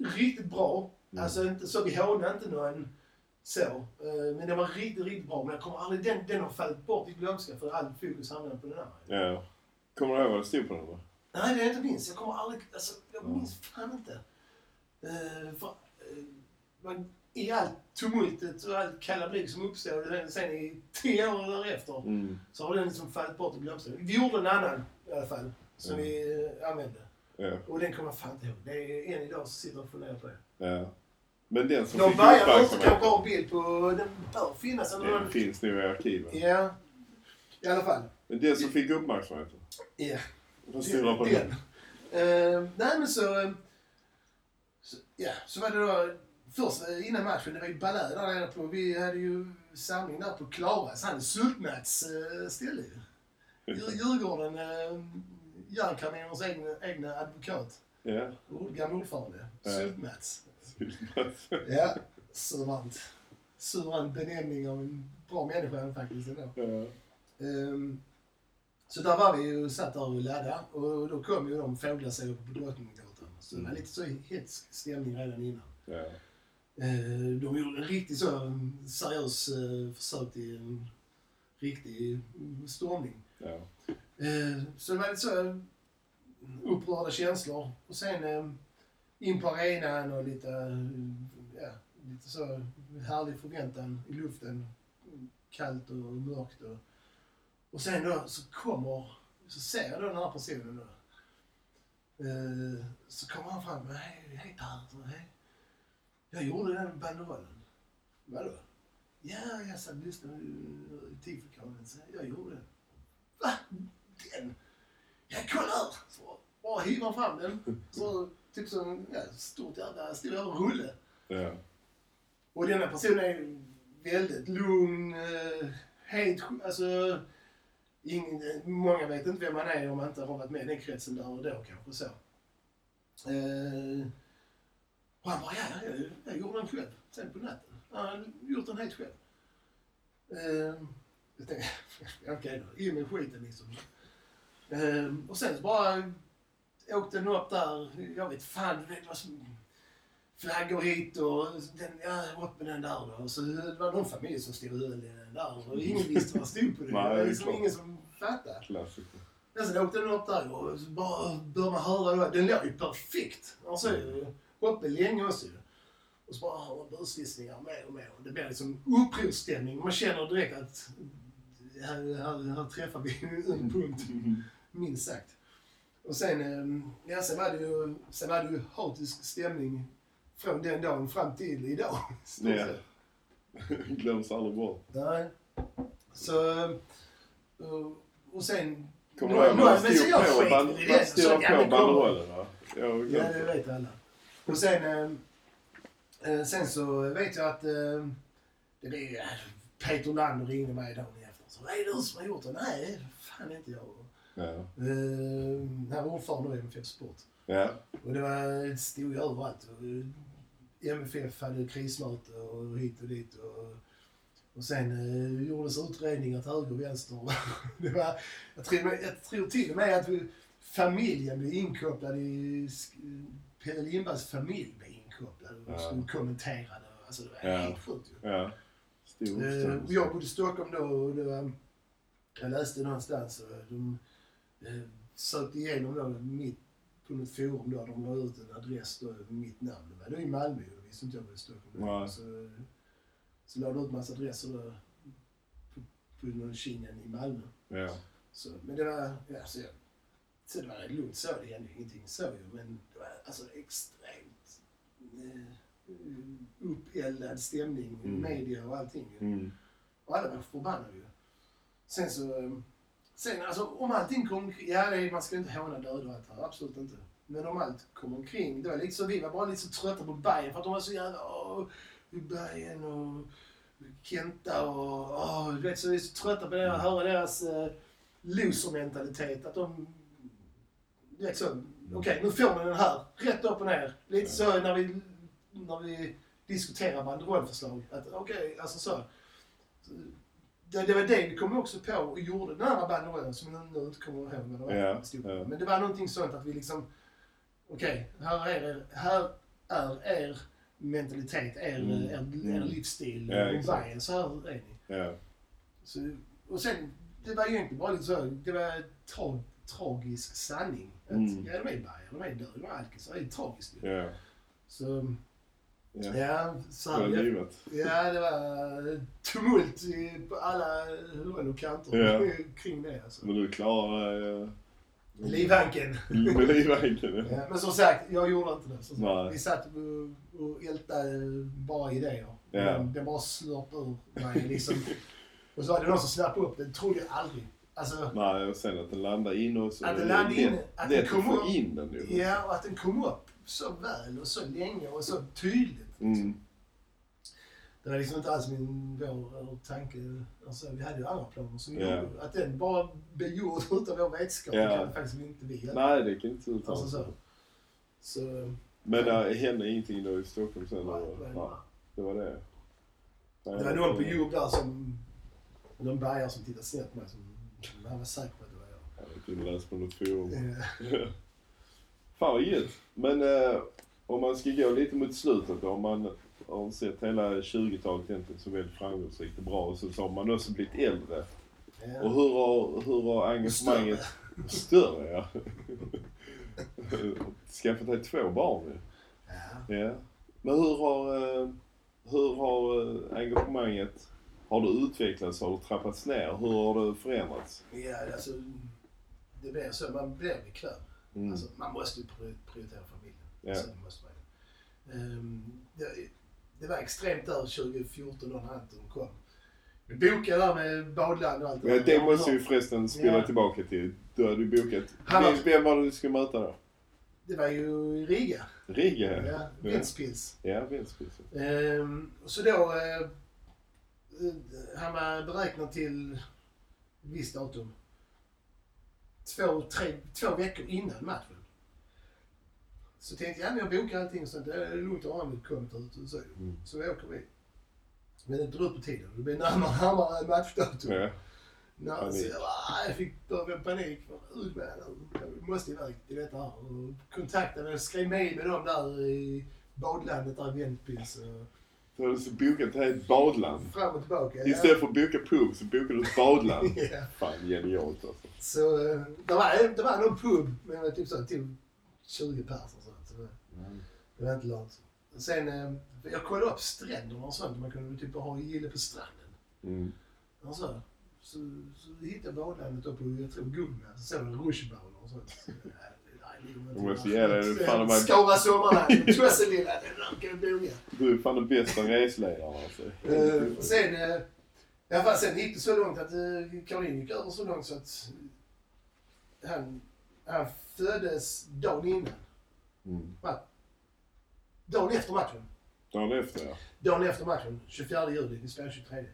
riktigt bra. Mm. Alltså inte så, vi hånade inte någon så. Uh, men det var riktigt, riktigt bra. Men jag kommer aldrig, den, den har fallit bort i glömska för all fokus hamnade på den här. Ja. Kommer du ihåg vad det stod på den då? Nej, det är inte minst. Jag kommer aldrig, alltså jag minns fan inte. Uh, för, uh, man, i allt tumultet och allt kalabrik som uppstår sen i tio år därefter mm. så har den liksom fallit bort i glömska. Vi gjorde en annan i alla fall som mm. vi uh, använde. Ja. Och den kommer jag fan inte ihåg. Det är en idag som sitter och funderar på det. Ja. Men den som De fick börjar också uppmärksamhet... kan ha bild på... Den bör finnas. Den någon... finns nu i arkiven. Ja. I alla fall. Men den som fick uppmärksamheten? Ja. Vad stod det på den? den? Uh, nej men så, så... Ja, så var det då... Först innan matchen, det var ju ballad där nere på... Vi hade ju samling där på Klaras. Han är Sultmats uh, ställe ju. Djurgården... Uh, Järnkaminernas egna, egna advokat. Ja. Gammal ordförande. Ja. Sultmats. Sultmats. Ja, suveränt. Suveränt benämning av en bra människa faktiskt ändå. Ja. Um, så där var vi ju satt där och laddade och då kom ju de fåglar på Drottninggatan. Så det var lite så hetsk stämning redan innan. Ja. Uh, de gjorde en riktigt så seriös uh, försök till en riktig stormning. Ja. Uh, så det var lite så upprörda känslor. Och sen uh, in på arenan och lite, uh, ja, lite så härlig förväntan i luften. Kallt och mörkt. Och, och sen då så kommer, så ser jag då den här personen då. Uh, så kommer han fram och hej, hej Per, hej. Jag gjorde den banderollen. Vadå? Ja, jag satt och lyssnade i tifokalen. Jag gjorde den. Va? Den? Ja, kolla här! Så bara hivar fram den. Så typ som ja, stort jävla stor över rulle. Ja. Och denna personen är väldigt lugn. Eh, helt, alltså, ingen, många vet inte vem man är om man inte har varit med i den kretsen där och då kanske så. Eh, och han bara, ja, jag, jag gjorde den själv sen på natten. Han har gjort den helt själv. Eh, jag tänkte, okej okay då, in med skiten liksom. Eh, och sen så bara åkte den upp där, jag vet fan, det var som flaggor hit och den, ja, upp med den där då. Och så det var någon familj som stod och höll i den där och ingen visste vad stod på det. Nej, det var det liksom klart. ingen som fattade. Klassiker. Ja, sen åkte den upp där och så bara började man höra då. Den låg ju perfekt. Alltså, uppe länge också. Och så bara hör man busvissningar mer och mer. Och det blir liksom upprorsstämning. Man känner direkt att här, här, här träffar vi en punkt. Minst sagt. Och sen, ja, sen var det ju, sen var det ju hatisk stämning från den dagen fram till idag. Ja. Glöms aldrig bort. Nej. Så, och, och sen... Kommer du ihåg vad det stod på band- i vad det, stod så på kan det banderollen då? Ja, Ja, det vet alla. Och sen, eh, sen så vet jag att eh, det är Peter Lander ringde mig dagen efter. Så vad är det du som har gjort det? Nej, fan inte jag. Ja. Eh, här var ordförande i M F F Sport. Ja. Och det var, det stod ju överallt. Och M F F hade krismöte och hit och dit. Och, och sen eh, gjordes utredningar till höger och vänster. Det var, jag, tror, jag tror till och med att vi, familjen blev inkopplad i... Pelle Lindbergs familj blev inkopplad och Ja. skulle kommentera det. Alltså det var Ja. helt sjukt ju. Ja. Stor Eh, och jag bodde i Stockholm då och det var, jag läste någonstans och de eh, sökte igenom då mitt på något forum då, de la ut en adress då, mitt namn. Det var då i Malmö och det visste inte jag var i Stockholm. Nej. Så, så la de ut massa adresser då på, på någon kingen i Malmö. Ja. Så, men det var, ja, så, jag, så det var lugnt så, det hände ingenting så ju, men det var alltså extremt eh, uppeldad stämning, Mm. media och allting ju. Mm. Och alla var förbannade ju. Sen så, sen alltså om allting kom, ja det är, man ska inte håna döda och allt här, absolut inte. Men om allt kom omkring, det var lite så, vi var bara lite så trötta på Bayern för att de var så jävla, åh, Bayern och Kenta och, åh, du vet så vi är så trötta på det, att höra deras eh, loser-mentalitet, att de, du vet så, okej okay, nu får man den här, rätt upp och ner. Lite så när vi, när vi diskuterar banderollförslag, att okej, okay, alltså så. Det, det var det vi kom också på och gjorde den här banderollen som jag nu inte kommer ihåg vad det var. Ja, Stod. ja. Men det var någonting sånt att vi liksom, okej, okay, här är det, här är er mentalitet, er, Mm. er, er Mm. livsstil Ja, och exakt. vägen, så här är ni. Ja. Så, och sen, det var egentligen bara lite så, det var en tra, tragisk sanning. Att, Mm. ja, de är bajare, de är döda, de är alkisar, det är tragiskt ju. Ja. Så, Ja. ja, så Det var här, livet. ja, det var tumult i- på alla håll och kanter Ja. kring det. Alltså. Men du klarar dig... eh, Livhanken. Med livhanken, ja. Ja, men som sagt, jag gjorde inte det. Som sagt. Nej. Vi satt och, och ältade bara idéer. Ja. Men det bara slurpade ur mig liksom. Och så var det någon som snappade upp det. Det trodde jag aldrig. Alltså, Nej, och sen att den landar in och så Att den är det landar in, lätt, att lätt den att kommer få upp. in den ju. ja, och att den kom upp så väl och så länge och så tydligt. Mm. Det var liksom inte alls min vår tanke. Alltså, vi hade ju andra planer som Ja. gjorde att den bara blev gjord utan vår vetskap. Ja. Det kan faktiskt inte vi göra. Nej, det kan inte se ut Alltså, alls. så. Så, Men det hände ingenting då i Stockholm sen? nej, eller? nej, Nej, nej. det var det. Nej, Det var någon på Youtube där som, någon bärgare som tittade snett på mig som, han var säker på att det var jag. Ja, jag kunde läsa på något forum. Eh, Fan vad gött. Men eh, om man ska gå lite mot slutet då, om man har sett hela tjugotalet egentligen så väldigt framgångsrikt och bra, och så, så har man också blivit äldre. ja. Och hur har, hur har engagemanget... Större, ja. Skaffat dig två barn nu. Ja. Ja. Men hur har, eh, hur har eh, engagemanget, har det utvecklats, har det trappats ner? Hur har det förändrats? Ja, alltså, det blir så. Man blir bekväm. Mm. Alltså, man måste ju pri- prioritera familjen. Ja. Så måste man. Um, det, det var extremt där tjugo fjorton när Anton kom. Vi bokade där med badland och allt. Men det måste ju förresten spela Ja. tillbaka till. Du hade ju bokat. Han var- Vem- Vem var det du skulle möta då? Det var ju i Riga. Riga? Ja, Ventspils. Ja, Ventspils. Ehm, så då, eh, eh, han var beräknad till visst datum. Två, tre, två veckor innan matchen. Så tänkte jag, ja, jag bokar allting så det är lugnt och ordentligt kommit ut och så. Mm. Så vi åker vi. Men det drog ut på tiden. Det blev närmare och närmare matchdatum. Ja. Nå, så jag, ah, jag fick börja panik. För, "Ut med det. Jag måste iväg till detta här. Och kontaktade och skrev med med dem där i badlandet där i Ventspils. Så har du så bokat här ett badland. Fram och tillbaka. Ja. Istället för att boka pub så bokade du ett badland. Ja. Fan, genialt alltså. Så eh, det var, det var någon pub med det var typ så till tjugo personer. Så det, det var inte långt. Sen, eh, jag kollade upp stränderna och sånt. Man kunde typ ha gille på stranden. Mm. Och så, så, så hittade jag badlandet upp på, jag tror, Gumma. Så såg jag rutschbanor och sånt. Så, ja, det ligger man Jag måste ge dig, fan, de här- Skara Sommarland, Tosselilla, den där kan du boga. Du är fan den bästa resledaren alltså. Uh, sen, uh, i alla fall, sen gick det så långt att uh, Caroline gick över så långt så att han, han föddes dagen innan. Mm. Dagen efter matchen. Dagen efter ja. Dagen efter matchen, tjugofjärde juli, vi spelar tjugotredje.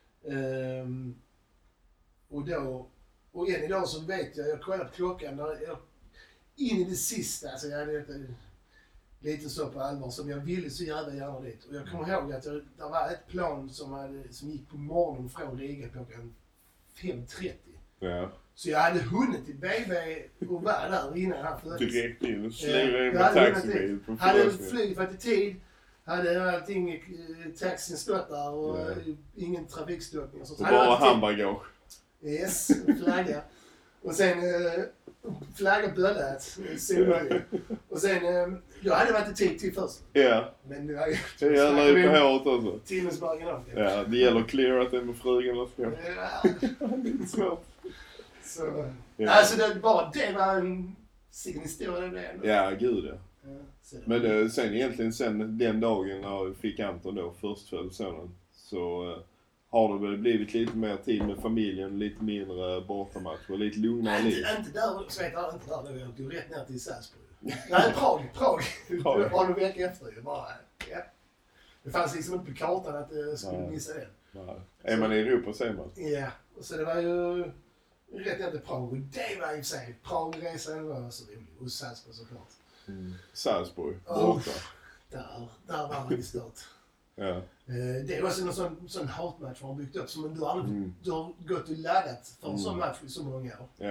Um, och då, och än idag så vet jag, jag kollade på klockan, där jag, in i det sista, alltså jag hade inte, lite så på allvar som jag ville så jävla gärna dit. Och jag kommer ihåg att jag, det var ett plan som, hade, som gick på morgonen från Riga klockan fem trettio. Ja. Så jag hade hunnit till B B och var där innan han föddes. Direkt in och slänger in Jag hade med hunnit taxibil dit. på Hade förlossningen. flyget varit i tid, hade allting, eh, taxin stått där och Ja. eh, ingen trafikstockning. Och så. Och Så hade bara allting- handbagage. Yes, flagga. Och sen eh, flagga böllat, sololja. Och sen, eh, jag hade varit i tid till först. Ja. Men det var ju... Det gäller ju på håret också. Timmens marginal. Ja, det gäller att cleara det med frugan och så. Ja, Det är svårt. så, Ja. alltså det, bara det var en sin historia det blev ändå. Ja, gud ja. Ja, så det- Men eh, sen egentligen sen den dagen när vi fick Anton då, förstfödd sonen, så eh, har det väl blivit lite mer tid med familjen, lite mindre bortamatch och lite lugnare liv. Inte, inte där, så vet jag, inte där då. Jag tog rätt ner till Salzburg. Nej, Prag. Prag. Prag. Var en vecka efter ju. Bara, ja. Det fanns liksom inte på kartan att jag skulle Nej. missa den. Nej. Är man i Europa ser man. Ja, och så det var ju rätt ner till Prag. Och det var i och för sig, Pragresan var så rolig. Och Salzburg såklart. Mm. Salzburg, Oh. borta. Där, där var man i start. Ja. Eh, Det är också en sån, sån hatmatch man har byggt upp som du aldrig Mm. du har gått och laddat för en Mm. sån match i så många år. Ja.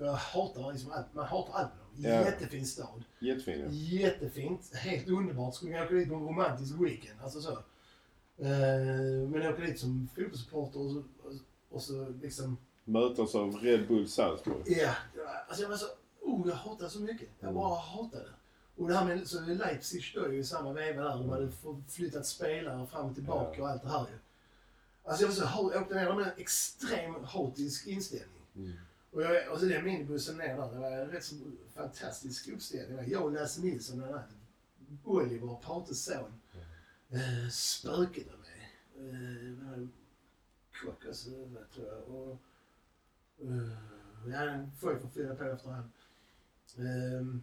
För jag hatar liksom allt. Man hatar allt med dem. Ja. Jättefin stad. Jättefin, ja. Jättefint. Helt underbart. Skulle jag åka dit på en romantisk weekend. Alltså så. Uh, men jag åker dit som fotbollssupporter och så, och, och så liksom... Mötas av Red Bull Salzburg. Ja. Yeah. Alltså jag var så... Oh, jag hatar så mycket. Jag bara hatade det. Och det här med så Leipzig då är ju i samma veva där. De hade flyttat spelare fram och tillbaka ja. Och allt det här ju. Alltså jag var så... Jag åkte ner med en extrem hatisk inställning. Mm. Och, jag, och så den minibussen ner där. Det var en rätt så fantastisk uppställning. Det var jag och Lasse Nilsson bland annat. Oliver, Pates son. Uh, spöket av mig. Uh, kock och så tror jag. Och, uh, ja, får jag få fylla på efterhand. Uh,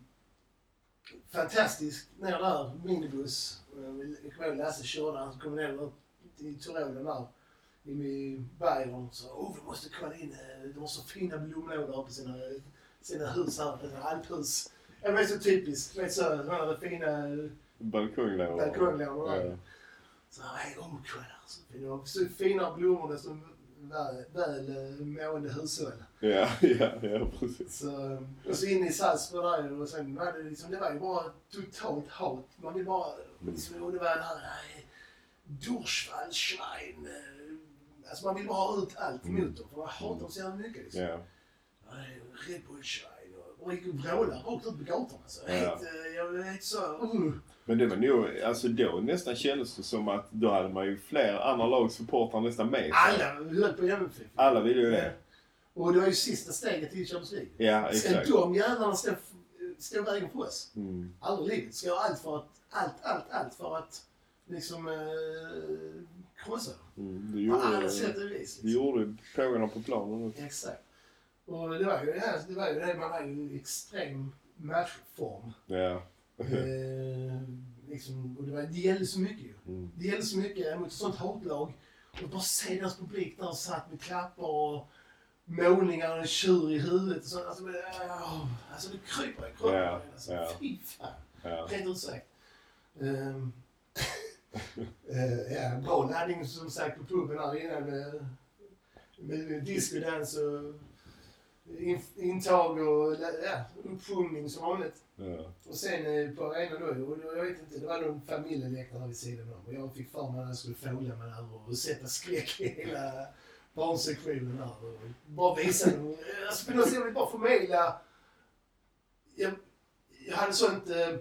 fantastiskt ner där, minibuss. Jag kommer ihåg Lasse körde, han kom ner i Tyrolen där. I Bayern så oh, vi måste kolla in, de har så fina blomlådor på sina, sina hus här, sina alphus. Det var så typiskt, vet så, de hade fina balkonglådor. Balkonglådor. Ja. Så hej, oh kolla där. Så fina blommor, desto väl, väl mående hushåll. Ja, ja, ja, precis. Så, och så in i Salzburg där och sen var det liksom, det var ju bara totalt hat. Man vill bara, liksom, och det var den här, nej, Durchfallschwein. Alltså man vill bara ha ut allt emot mm. dem, för man hatar dem så jävla mycket liksom. Yeah. Red Bull-Schwein och gick och vrålade rakt ut på gatorna. Så ja. helt, jag var helt så... Uh. Men det var nog, alltså då nästan kändes det som att då hade man ju fler andra lagsupportrar nästan med sig. Alla höll på M F F. Alla ville ju det. Ja. Och det var ju sista steget till Champions League. Ja, exakt. Ska de jävlarna stå, stå vägen för oss? Mm. Aldrig livet. Ska göra allt för att, allt, allt, allt för att liksom eh, krossa dem. Mm, det gjorde, alla sätt och vis. Liksom. Det gjorde frågorna på planen. Exakt. Och det var ju det här, det var ju det, man var ju i extrem matchform. Ja. eh, liksom, och det, var, det gällde så mycket ju. Mm. Det gällde så mycket mot ett sånt hatlag. Och bara se deras publik där och satt med klappar och målningar och en tjur i huvudet. Och så, alltså, det, oh, alltså det kryper i kroppen. Ja. Alltså, ja. Fy fan. Ja. Rent ut sagt. Um, uh, ja, bra laddning som sagt på puben här innan med, med, med discodans och in, intag och ja, uppsjungning som vanligt. Ja. Och sen eh, på arenan då, och jag vet inte, det var någon familjeläktare vid sidan om och jag fick för mig att jag skulle fågla mig där och sätta skräck i hela barnsektionen där och bara visa dem. Alltså på något sätt jag vill bara förmedla. Jag, jag hade sånt eh,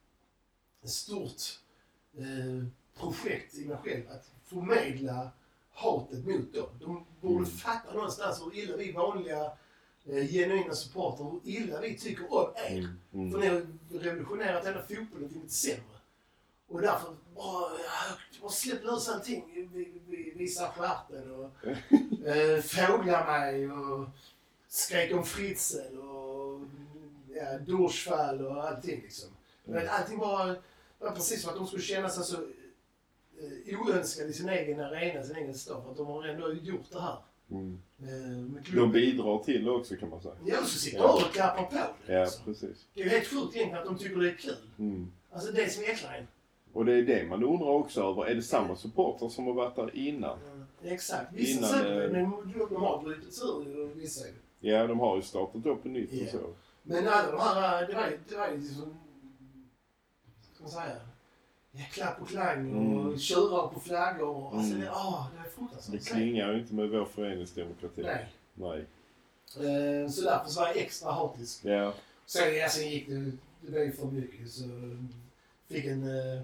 stort eh, projekt i mig själv att förmedla hatet mot dem. De borde mm. fatta någonstans hur illa vi vanliga eh, genuina supporter, hur illa vi tycker om er. Mm. Mm. För ni har revolutionerat hela fotbollen till något sämre. Och därför bara, bara släpp lös allting. Vi, vi, visa stjärten och eh, fågla mig och skrek om Fritzl och ja, Durchfall och allting liksom. Men allting bara var precis för att de skulle känna sig så eh, oönskade i sin egen arena, sin egen stad. För att de har ändå gjort det här. Mm. Eh, de bidrar till det också kan man säga. Ja, så sitter ja. och klappar på det. Ja, liksom. Precis. Det är ju helt sjukt egentligen att de tycker det är kul. Mm. Alltså det som äcklar en. Och det är det man undrar också över. Är det samma supporter som har varit där innan? Mm. Exakt. Vissa innan, säkert, men de har brutits ur och vissa är det. Ja, de har ju startat upp på nytt yeah. och så. Men alla de här, det var ju, det var ju liksom, ska man säga, ja, klapp och klang och mm. tjurar på flaggor. Mm. Alltså det, åh, det är fruktansvärt. Det klingar ju inte med vår föreningsdemokrati. Nej. Nej. Eh, så därför så var jag extra hatisk. Ja. Yeah. Sen, ja, sen gick det, det var ju för mycket så fick en, uh,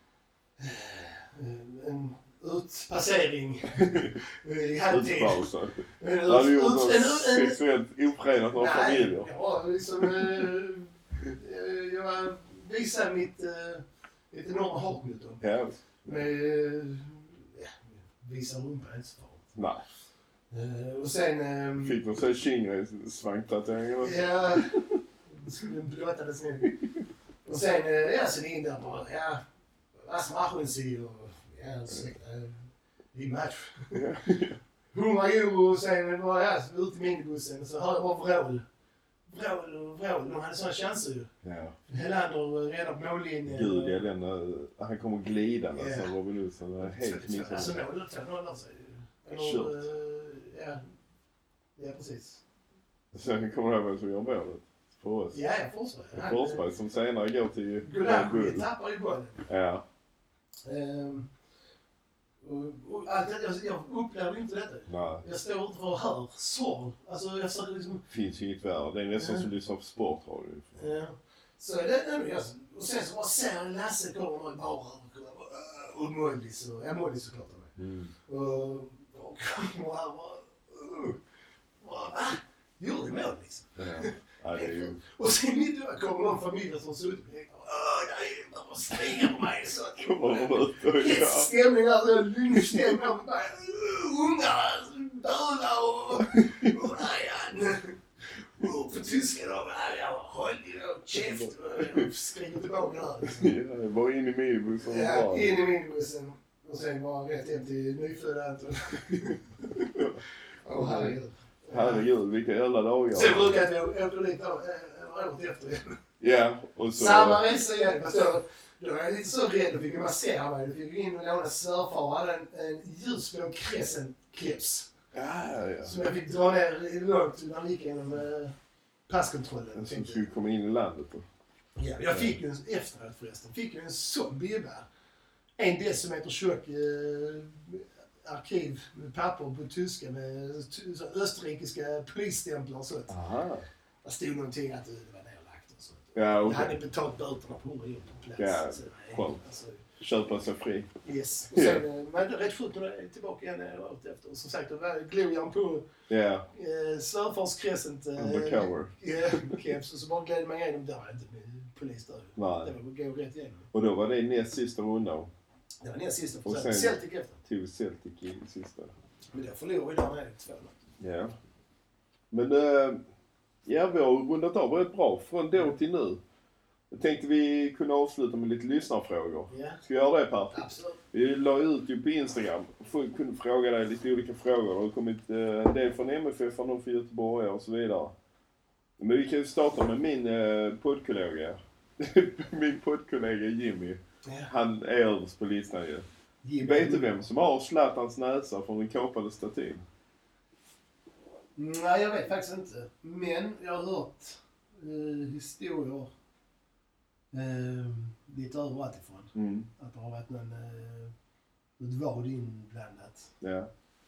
en utpassering i halvtid. Utpausen. Du hade gjort något sexuellt ofredat av familjer. Ja, liksom, uh, jag visade mitt, uh, mitt enorma hat mot dem. Ja. Med, uh, ja, visa rumpa inte så farligt. Nej. Uh, och sen... Um, fick de så Kingray-svanktatueringar? Ja, det skulle blåtades ner. Och sen, ja, sen in där bara, ja, was machen Sie? Och, ja, ursäkta, i match. hundra euro och sen var jag ut i minibussen och så hörde jag bara vrål. Vrål och vrål, de hade sådana chanser ju. Ja. Helander räddade på mållinjen. Gud, jag lämnar, han kommer glida yeah. Alltså, Robin Olsson, det var helt missat. Alltså målet två noll alltså. Eller, ja, ja, precis. Sen kommer det vem som gör målet för oss. Ja, ja, Forsberg. Forsberg som senare går till Gulasch tappar ju bollen. Ja. Um, och, och allt det, jag, jag upplever inte detta. Nej. Jag står utanför och hör sorg. Alltså jag försöker liksom... Finns ju inget värre. Det är nästan Mm. som lyssnar på sportradio. Ja. Så är det, jag, och sen så bara ser jag Lasse kommer och bara och Molly så, ja Molly såklart är med. Mm. Och, och kommer här och bara, uh, bara va? Gjorde du mål liksom? Ja. Ja, det är ju... Och sen mitt i kommer någon familj som ser ut på mig och bara, de skriker på mig så att Kommer de ut och det är ja. stämning där, så lynchstämning och bara ungar, döda och och nej, och på tyska då, jag håll dig då, käft och skriker tillbaka där liksom. Ja, bara in i minibussen och Ja, bara... in i minibussen och sen bara rätt hem till nyfödda Anton. Åh herregud. Herregud, vilka jävla dagar. Sen brukar jag åka dit då, äh, året efter igen. Ja, och så... Samma resa igen. Fast då, då var jag lite så rädd. Då fick jag massera mig. Då fick jag in och låna surfar och hade en, en ljusblå Crescent-clips. Ja, ja. Som jag fick dra ner långt när jag gick genom eh, passkontrollen. Som skulle komma in i landet då. Ja, jag fick ju en, efteråt förresten, fick ju en sån bibba. En decimeter tjock eh, arkiv med papper på tyska med ty, så österrikiska polisstämplar och sånt. Aha. Det stod någonting att det var nedlagt och sånt. Ja, Jag okej. hade betalt böterna på hundra euro på plats. Ja, så, nej, skönt. alltså, Köpa sig fri. yes. Och sen, yeah. Men det är rätt sjukt när jag är tillbaka igen året efter. Som sagt, då var glorian på Ja, eh, Surfers Crescent. Eh, undercover. Ja, keps. Och så bara gled man igenom. Där var inte polis där. Nej. Det var att gå rätt igenom. Och då var det näst sista rundan. Det var näst sista. Och För sen- Celtic efter. Tog Celtic i sista. Men det förlorade vi där nere två noll. Ja. Men äh, ja, vi har rundat av rätt bra från då till nu. Jag tänkte vi kunde avsluta med lite lyssnarfrågor. Ja, Ska vi göra det, Per? absolut. Vi la ut ju på Instagram. Folk kunde fråga dig lite olika frågor. Det har kommit eh, en del från M F F, någon från Göteborg och så vidare. Men vi kan ju starta med min eh, poddkollega. Min poddkollega Jimmy. Ja. Han är överst på listan ju. Jimmy. Vet du vem som har Zlatans näsa från den kapade statyn? Nej, jag vet faktiskt inte. Men jag har hört eh, historier eh, lite överallt ifrån. Mm. Att det har varit någon, eh, något vad inblandat. Ja.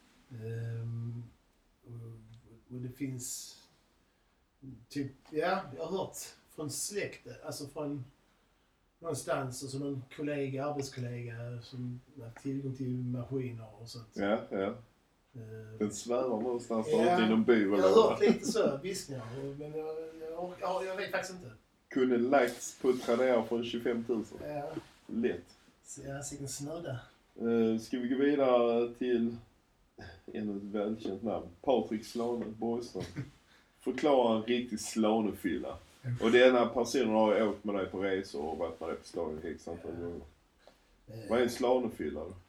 Ehm, och, och det finns typ, ja, jag har hört från släkten, alltså från någonstans, alltså någon kollega, arbetskollega som har tillgång till maskiner och sånt. Ja, ja. Ehm, Den svävar någonstans Ja, där ute i någon by. jag har hört lite så, viskningar, och- men jag, jag, jag, jag vet faktiskt inte. Kunde lagts på Tradera för tjugofem tusen. Ja, Lätt. så jag sitter snöda. Uh, ska vi gå vidare till en ett välkänt namn. Patrik Slane Borgström. Förklara en riktig slanefylla. Och denna personen har ju åkt med dig på resor och varit med dig på stan ett x antal gånger. Vad är en slanefylla då?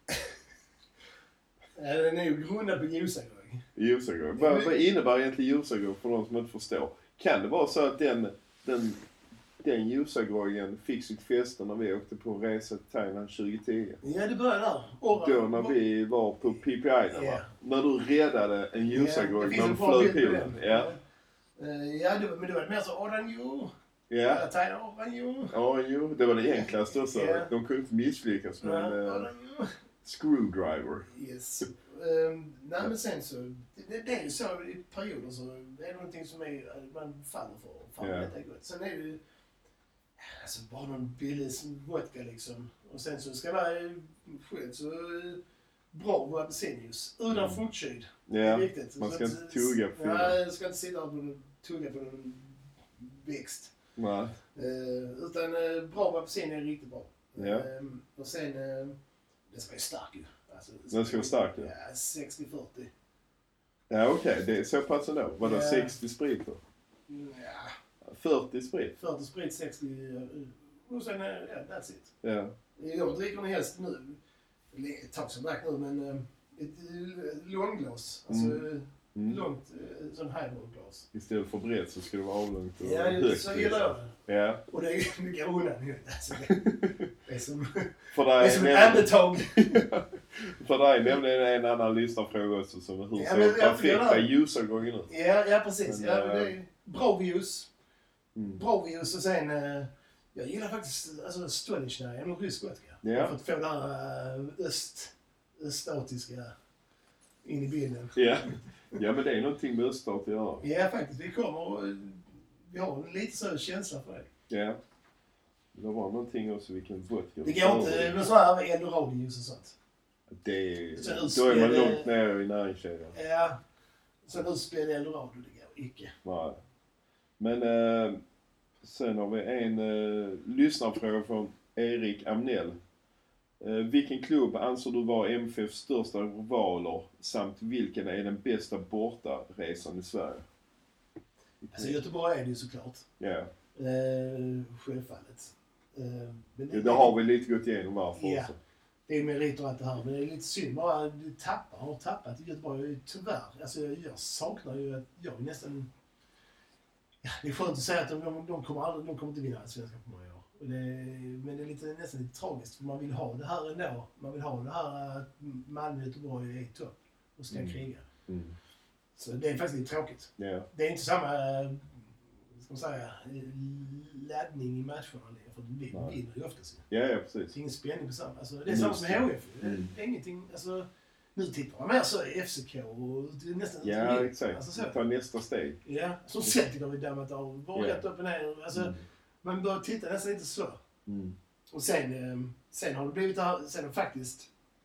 Ja, den är ju grundad på ljusagrög. Ljusagrög. Vad, vad innebär egentligen ljusagrög för någon som inte förstår? Kan det vara så att den, den, den ljusagrögen fick sitt fäste när vi åkte på en resa till Thailand tjugohundratio? Ja, det börjar där. Och, Då när vi var på P P Island, Ja. va? När du räddade en ljusagrög det när finns du en bra flög bild på på den. den. Ja. Eh, Ja, det, men det var mer så, Oranjo. Ja. Alla thailar, Oranjo. Ja, jo. Det var det enklaste också. Ja. De kunde inte misslyckas med en uh, Oranjo. screwdriver. Yes. Um, nej men sen så, det, det är ju så i perioder så är det någonting som är, man faller för. Fan, Ja. detta är gott. Sen är det ju, alltså bara någon billig vodka liksom. Och sen så ska det vara skit så eh, bra med apelsinjuice. Utan Mm. fruktkyld. Det är Ja. viktigt. Man Så ska att- inte tugga på Nej, det. jag ska inte sitta och tugga på någon växt. Nej. Eh, utan eh, bra med apelsin är riktigt bra. Ja. Eh, och sen, eh, den ska vara stark ju. Alltså, Den ska vara stark, ja. Ja, sextio fyrtio. Ja, okej. Okay. Det är så pass ändå. Vadå, Ja. sextio sprit då? Ja, fyrtio sprit? fyrtio sprit, sextio eh, och sen, eh, ja, that's it. Ja. Jag dricker den helst nu, det är ett tag som drack nu, men eh, ett eh, långglas. Alltså, Mm. Mm. Långt, eh, sån highballglas. Istället för brett så ska det vara avlångt och Ja, det, så gillar jag det. Ja. Och det är mycket onödigt. Alltså, det, det är som, för det är som ett andetag. För dig nämligen en annan lyssnarfråga också som hur Ja, ser men den jag perfekta ljusavgången ut? Ja, ja precis. Men, ja, äh, det är bra views. Mm. Bra views och sen... Eh, jag gillar faktiskt alltså, Stolichnaya, en rysk vodka. Ja. För att få det här äh, öst, östatiska in i bilden. Ja. Ja, men det är någonting med öststat att göra. Ja, faktiskt. Vi kommer och vi har en lite så känsla för det. Ja. Det var någonting också vilken vodka. Det går inte med sådana här eldorado-ljus och sånt. Det är, så då är man det, långt ner i näringskedjan. Ja. Sen utspel eldorado, det går icke. Nej. Men eh, sen har vi en eh, lyssnarfråga från Erik Amnell. Eh, vilken klubb anser du var M F F:s största rivaler samt vilken är den bästa bortaresan i Sverige? Alltså Göteborg är det ju såklart. Ja. Eh, självfallet. Eh, men det, det har vi lite gått igenom varför ja. också. Det är meriter och allt det här, men det är lite synd bara att du tappar, har tappat i Göteborg tyvärr. Alltså jag, jag saknar ju att jag nästan... Ja, det är skönt att säga att de, de, de kommer aldrig, de kommer inte vinna Allsvenskan på många år. Och det, men det är lite, nästan lite tragiskt för man vill ha det här ändå. Man vill ha det här att Malmö och Göteborg är i topp och ska Mm. kriga. Mm. Så det är faktiskt lite tråkigt. Ja. Det är inte samma, ska man säga, laddning i matcherna längre. För vi Nej. vinner ju oftast. Ja, ja, Det är precis. ingen spänning på samma. Alltså, det är samma som H F. Mm. Det är ingenting, alltså, nu tittar man mer så i F C K och det är nästan Ja, inte exakt. alltså, så. Ta nästa steg. Ja, som Celtic har vi dammat av. Bara Ja. rätt upp och ner. Alltså, Mm. man börjar titta nästan lite så. Mm. Och sen, eh, sen har det blivit det här, sen har faktiskt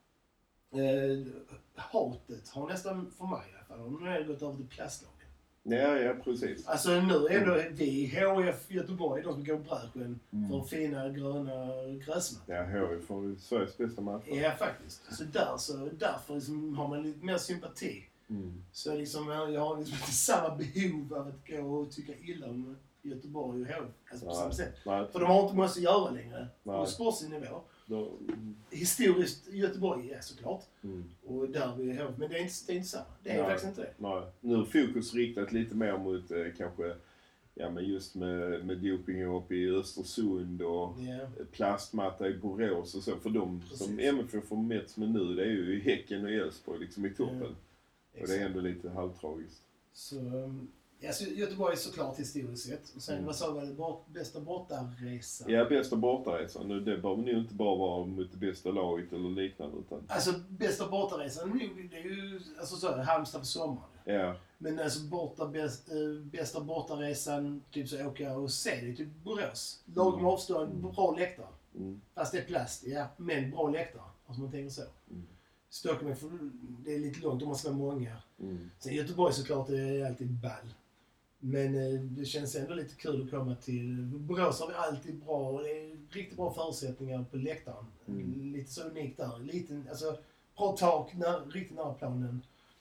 eh, hatet har nästan, för mig i alla fall, har nu gått över till plastlagen. Ja, ja, precis. Alltså nu är ändå vi, H F Göteborg, de som går bräschen Mm. för fina gröna gräsmattor. Ja, H F får Sveriges bästa match. Ja, faktiskt. Så, där, så därför liksom har man lite mer sympati. Mm. Så liksom, jag har liksom inte samma behov av att gå och tycka illa om Göteborg och H F. Alltså på Nej. samma sätt. Nej, För de har inte måste göra längre. Nej. På sportslig nivå. då, mm. Historiskt Göteborg, ja såklart. Mm. Och där vi H F. Men det är inte, det är inte samma. Det är Nej. faktiskt inte det. Nej. Nu är fokus riktat lite mer mot eh, kanske, ja men just med, med doping upp i Östersund och Ja. plastmatta i Borås och så. För de Precis. som M F F får mäts med nu, det är ju Häcken och Elfsborg liksom i toppen. Ja. Och det är ändå lite halvtragiskt. Så, um, ja, så Göteborg är såklart historiskt sett. Och sen, Mm. vad sa vi, bort, bästa bortaresan? Ja, bästa bortaresan. Nu, det behöver nog inte bara vara mot det bästa laget eller liknande utan... Alltså bästa bortaresan, nu, det är ju alltså så, Halmstad på sommaren. Ja. Men alltså borta, bäst, äh, bästa bortaresan, typ så åka och se det, typ Borås. Lagom Mm. avstånd, Mm. bra läktare. Mm. Fast det är plast, ja, men bra läktare. Alltså man tänker så. Mm. Stockholm är, för, det är lite långt om man ska vara många. Mm. Sen Göteborg såklart är alltid ball. Men eh, det känns ändå lite kul att komma till. Borås har vi alltid bra och det är riktigt bra förutsättningar på läktaren. Mm. Lite så unikt där. Liten, alltså, bra tak, när, riktigt nära planen.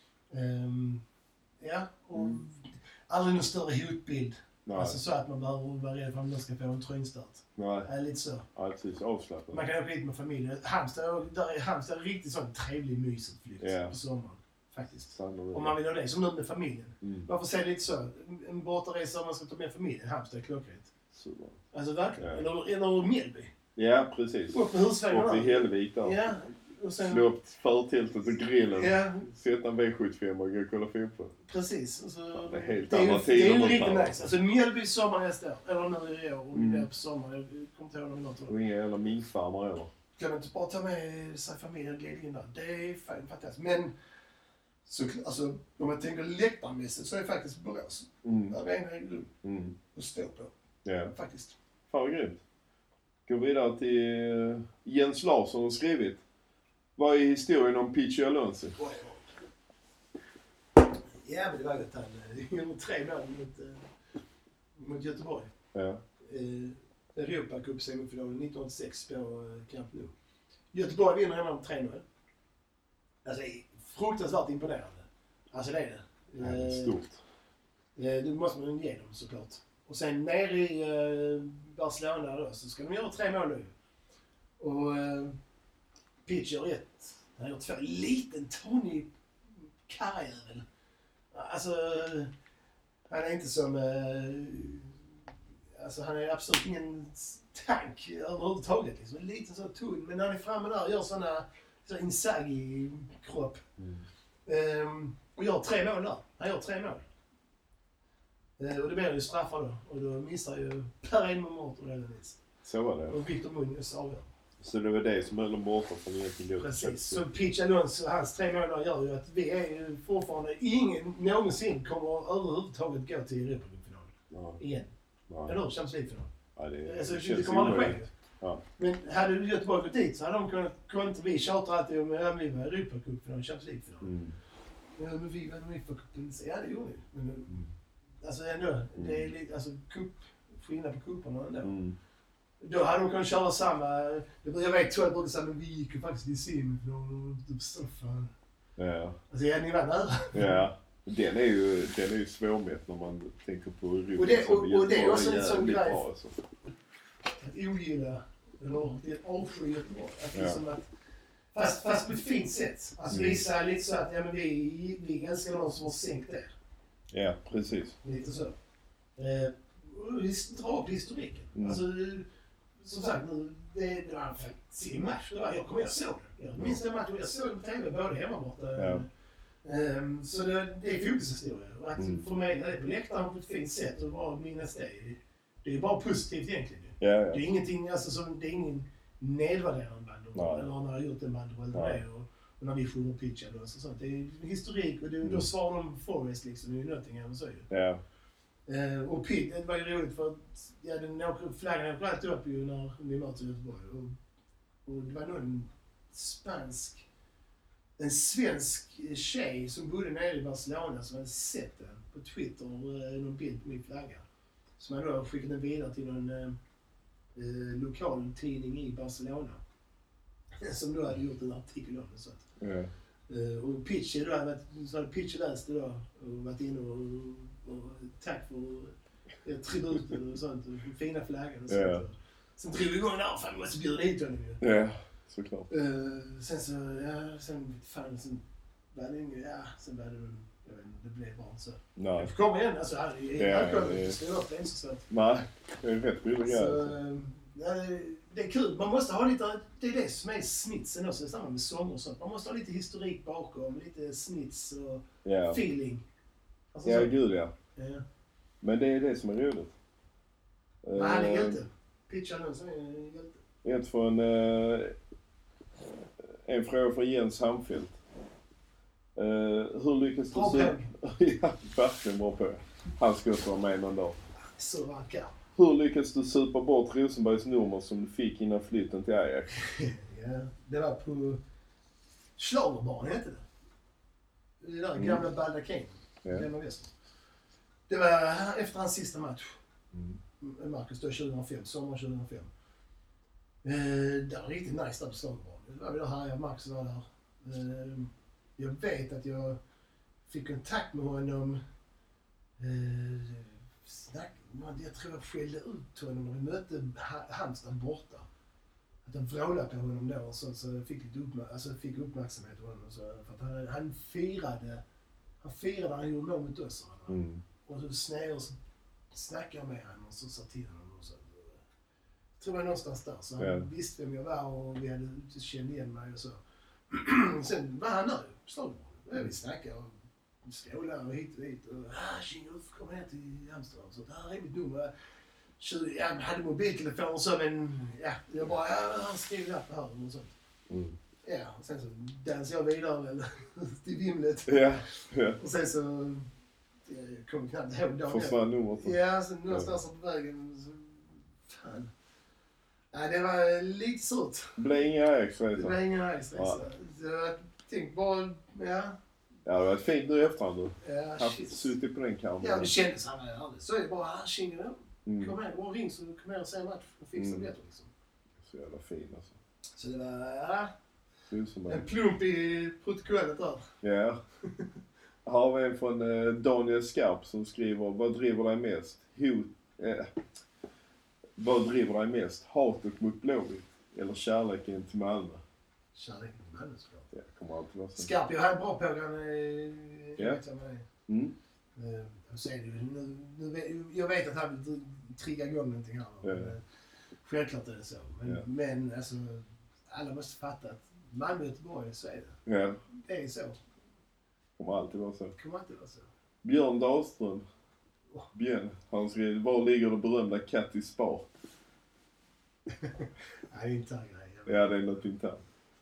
Um, ja, och Mm. aldrig någon större hotbild. Nej. Alltså så att man behöver vara rädd för att man ska få en trynstart. Nej. Ja, lite så. Ja, precis. Avslappnat. Man kan åka hit med familjen. Halmstad, där är Halmstad riktigt sån trevlig mysutflykt Ja. på sommaren. Faktiskt. Sannolikt. Om man vill ha det, som nu med familjen. Mm. Varför säga lite så? En bortaresa om man ska ta med familjen. Halmstad är klockrent. Super. Alltså verkligen. Ja. Eller, eller Mjällby. Ja, precis. Upp på husvagnen Upp i där. Hällevik där. Ja. Och sen, Slå upp förtältet och grillen. ja, Sätta en V sjuttiofem och gå och kolla fotboll. precis. Och så, Ja, det är helt det är ju, andra det är tider ju mot riktigt varandra. nice. Alltså Mjällby sommar nästa år. Eller nu i år. Och Mm. det är på sommaren. Jag kommer inte ihåg något annat. Och inga jävla minkfarmar heller. Kan man inte bara ta med sig familjen och glida in där? Det är fan fantastiskt. Men så, alltså, om jag tänker läktarmässigt så är det faktiskt Borås. Mm. Där är en grund Mm. att stå på. Ja. Faktiskt. Fan vad grymt. Går vidare till eh, Jens Larsson har skrivit. Vad är historien om Pichi Alonso? Ja, men det var ju att han eh, gjorde tre mål mot, eh, mot Göteborg. Ja. Eh, Europacup-semifinalen nittonhundraåttiosex på eh, Camp Nou. Göteborg vinner hemma med tre noll. Alltså, det är fruktansvärt imponerande. Alltså det är det. Ja, det är stort. Eh, det måste man ge dem såklart. Och sen nere i eh, Barcelona då, så ska de göra tre mål nu. Och eh, Pitch gör ett. Han gör två. Liten, tanig karljävel. Alltså, han är inte som... Uh, alltså han är absolut ingen tank överhuvudtaget. Liksom. Lite så tunn, men när han är framme där gör sådana så Inzaghi-kropp. Mm. Um, och gör tre mål där. Han gör tre mål. Uh, och det blir ju straffar då. Och då missar ju Per Edmund Mårten redan vis. Så var det. Och Victor Munoz avgör. Så det var det som höll dem borta från egentligen. Precis. Så Pitch Alonso, hans tre mål där gör ju att vi är ju fortfarande ingen någonsin kommer överhuvudtaget gå till Europacupfinalen. Ja. Igen. Ja. Eller hur? Champions League-final. Ja, det, alltså, det, det kommer aldrig ske. Ja. Men hade Göteborg gått dit så hade de kunnat, kunnat vi tjatar alltid om att vi var Europacupfinalen och Champions League-final. Mm. Ja, men vi var Uefa-cupen. Ja, det gjorde vi. Men, mm. Alltså ändå, mm. det är lite, alltså cup, skillnad på cuperna ändå. Mm. Då hade de kunnat köra samma, jag vet så jag brukar säga, men vi gick ju faktiskt i semifinalen och typ straffade. Ja. Alltså ja, ni var nära. Ja. Den är ju, den är ju svårmätt när man tänker på Europa. Och det, och, och det är också en sån grej. Alltså. Att ogilla, eller det är avsky Göteborg. Att liksom att, fast, fast på ett fint sätt. Alltså mm. visa lite så att, ja men vi, vi älskar någon som har sänkt det. Ja, precis. Lite så. Eh, dra upp historiken. Mm. Alltså, som sagt, nu, det, det var en fin match. Det var, jag kommer jag såg den. Jag minns den matchen, jag såg den på tv, både hemma och borta. Ja. Um, så det, det är fokushistoria. Och att mm. få med det på läktaren på ett fint sätt och bara minnas det. Det är bara positivt egentligen. Ja, ja. Det är ingenting, alltså, som, det är ingen nedvärderande band. Eller när jag har gjort en band eller vad det är. Och, och när vi sjunger pitchar och sånt. Det är historik och det, mm. då svarar de Forest liksom i Nottingham och så ju. Ja. Uh, och Pitt, det var ju roligt för att ja, den åker, flaggan åker alltid upp ju när vi möter Göteborg. Och, och det var nog en spansk, en svensk tjej som bodde nere i Barcelona som hade sett den på Twitter, uh, någon bild på min flagga. Som hade då skickat den vidare till någon uh, uh, lokal tidning i Barcelona. Som då hade gjort en artikel om det. Så att. Mm. Uh, och Pitch då hade, så hade Pitch läst det då och varit inne och och tack för eh, tributer och sånt, och fina flaggan och sånt. Ja. Sen drog vi igång där, fan vi måste bjuda hit honom ju. Ja, såklart. Uh, sen så, ja, sen fan, sen var det inget, ja, sen var det, jag vet inte, det blev bara så. Nej. Jag får komma igen, alltså, jag är ja, alkohol, jag ska upp, det är inte så svårt. Nej, det är rätt roligt. Så, ja, det, det är kul, man måste ha lite, det är det som är snitsen också, samma med sånger och sånt. Man måste ha lite historik bakom, lite snits och ja. Feeling. Alltså, ja, så, gud ja. Ja. Men det är det som är roligt. Men han är hjälte. Pitchar nu som är hjälte. Ett från, uh, en fråga från Jens Hamfeldt. Uh, hur lyckas du... Bra Ja, verkligen bra på. Han ska också vara med någon dag. Så vacker. Hur lyckas du supa bort Rosenbergs nummer som du fick innan flytten till Ajax? Ja, det var på Schlagerbarn hette det. Det där gamla mm. Baldakin. Ja. Det var väster. Det var efter hans sista match. Mm. Marcus då tjugohundrafem, sommar tjugohundrafem. Eh, det var riktigt nice där på Schlagerbarn. Det var vi där här, Max var där. Eh, jag vet att jag fick kontakt med honom. Eh, snack, jag tror jag skällde ut honom när vi mötte Halmstad borta. Att jag vrålade på honom då och så, så jag fick, lite uppmärk- alltså jag fick uppmärksamhet på honom. Så, för att han, han firade, han firade han gjorde mål mot oss. Mm. Och så snäade och så snackade jag med honom och så sa till honom. Och så, jag tror det var någonstans där. Så han ja. visste vem jag var och vi hade känt igen mig och så. Sen var han där på Schlagerbarn. Vi snackade och skålade och hit och dit. Och ah, Tjingolf, kom här till Amsterdam. Så det här är mitt nummer. Jag hade mobiltelefon och så, men ja, jag bara, ja, han skrev upp här och sånt. Mm. Ja, och sen så dansade jag vidare till vimlet. Ja, ja. Och sen så, jag kommer knappt ihåg dagen. Försvann numret. Ja, så någonstans ja. på vägen. Så, fan. Ja, det var lite surt. Det blev inga Ajax-resor. Det blev inga Ajax-resor. Ja. Så jag tänkte bara, ja. Ja, det var ett fint nu i efterhand du. Ja, shit. Suttit på den kameran. Ja, det kändes han aldrig. Så är det bara, ah, tjinga då. Mm. Kom här, bara ring så du kommer här och se match och fixa mm. biljetter liksom. Så jävla fin alltså. Så det var, ja. En, en plump i protokollet där. Ja. Har vi en från eh, Daniel Skarp som skriver, vad driver dig mest? Hot, eh, vad driver dig mest? Hatet mot Blåvitt eller kärleken till Malmö? Kärleken till Malmö såklart. Ja, kommer alltid vara så. Skarp, jag hade bra på den. Eh, ja. Med. Mm. Uh, så är det ju, nu, nu, jag vet att han vill trigga igång någonting här. Ja. Men, självklart är det så. Men, Ja. men alltså, alla måste fatta att Malmö och Göteborg, så är det. Ja. Det är så. Kommer alltid vara så. Det kommer alltid vara så. Björn Dahlström. Björn. Han skrev, var ligger det berömda Katt i Spar? Nej, det är inte en grej. Ja, det är något internt.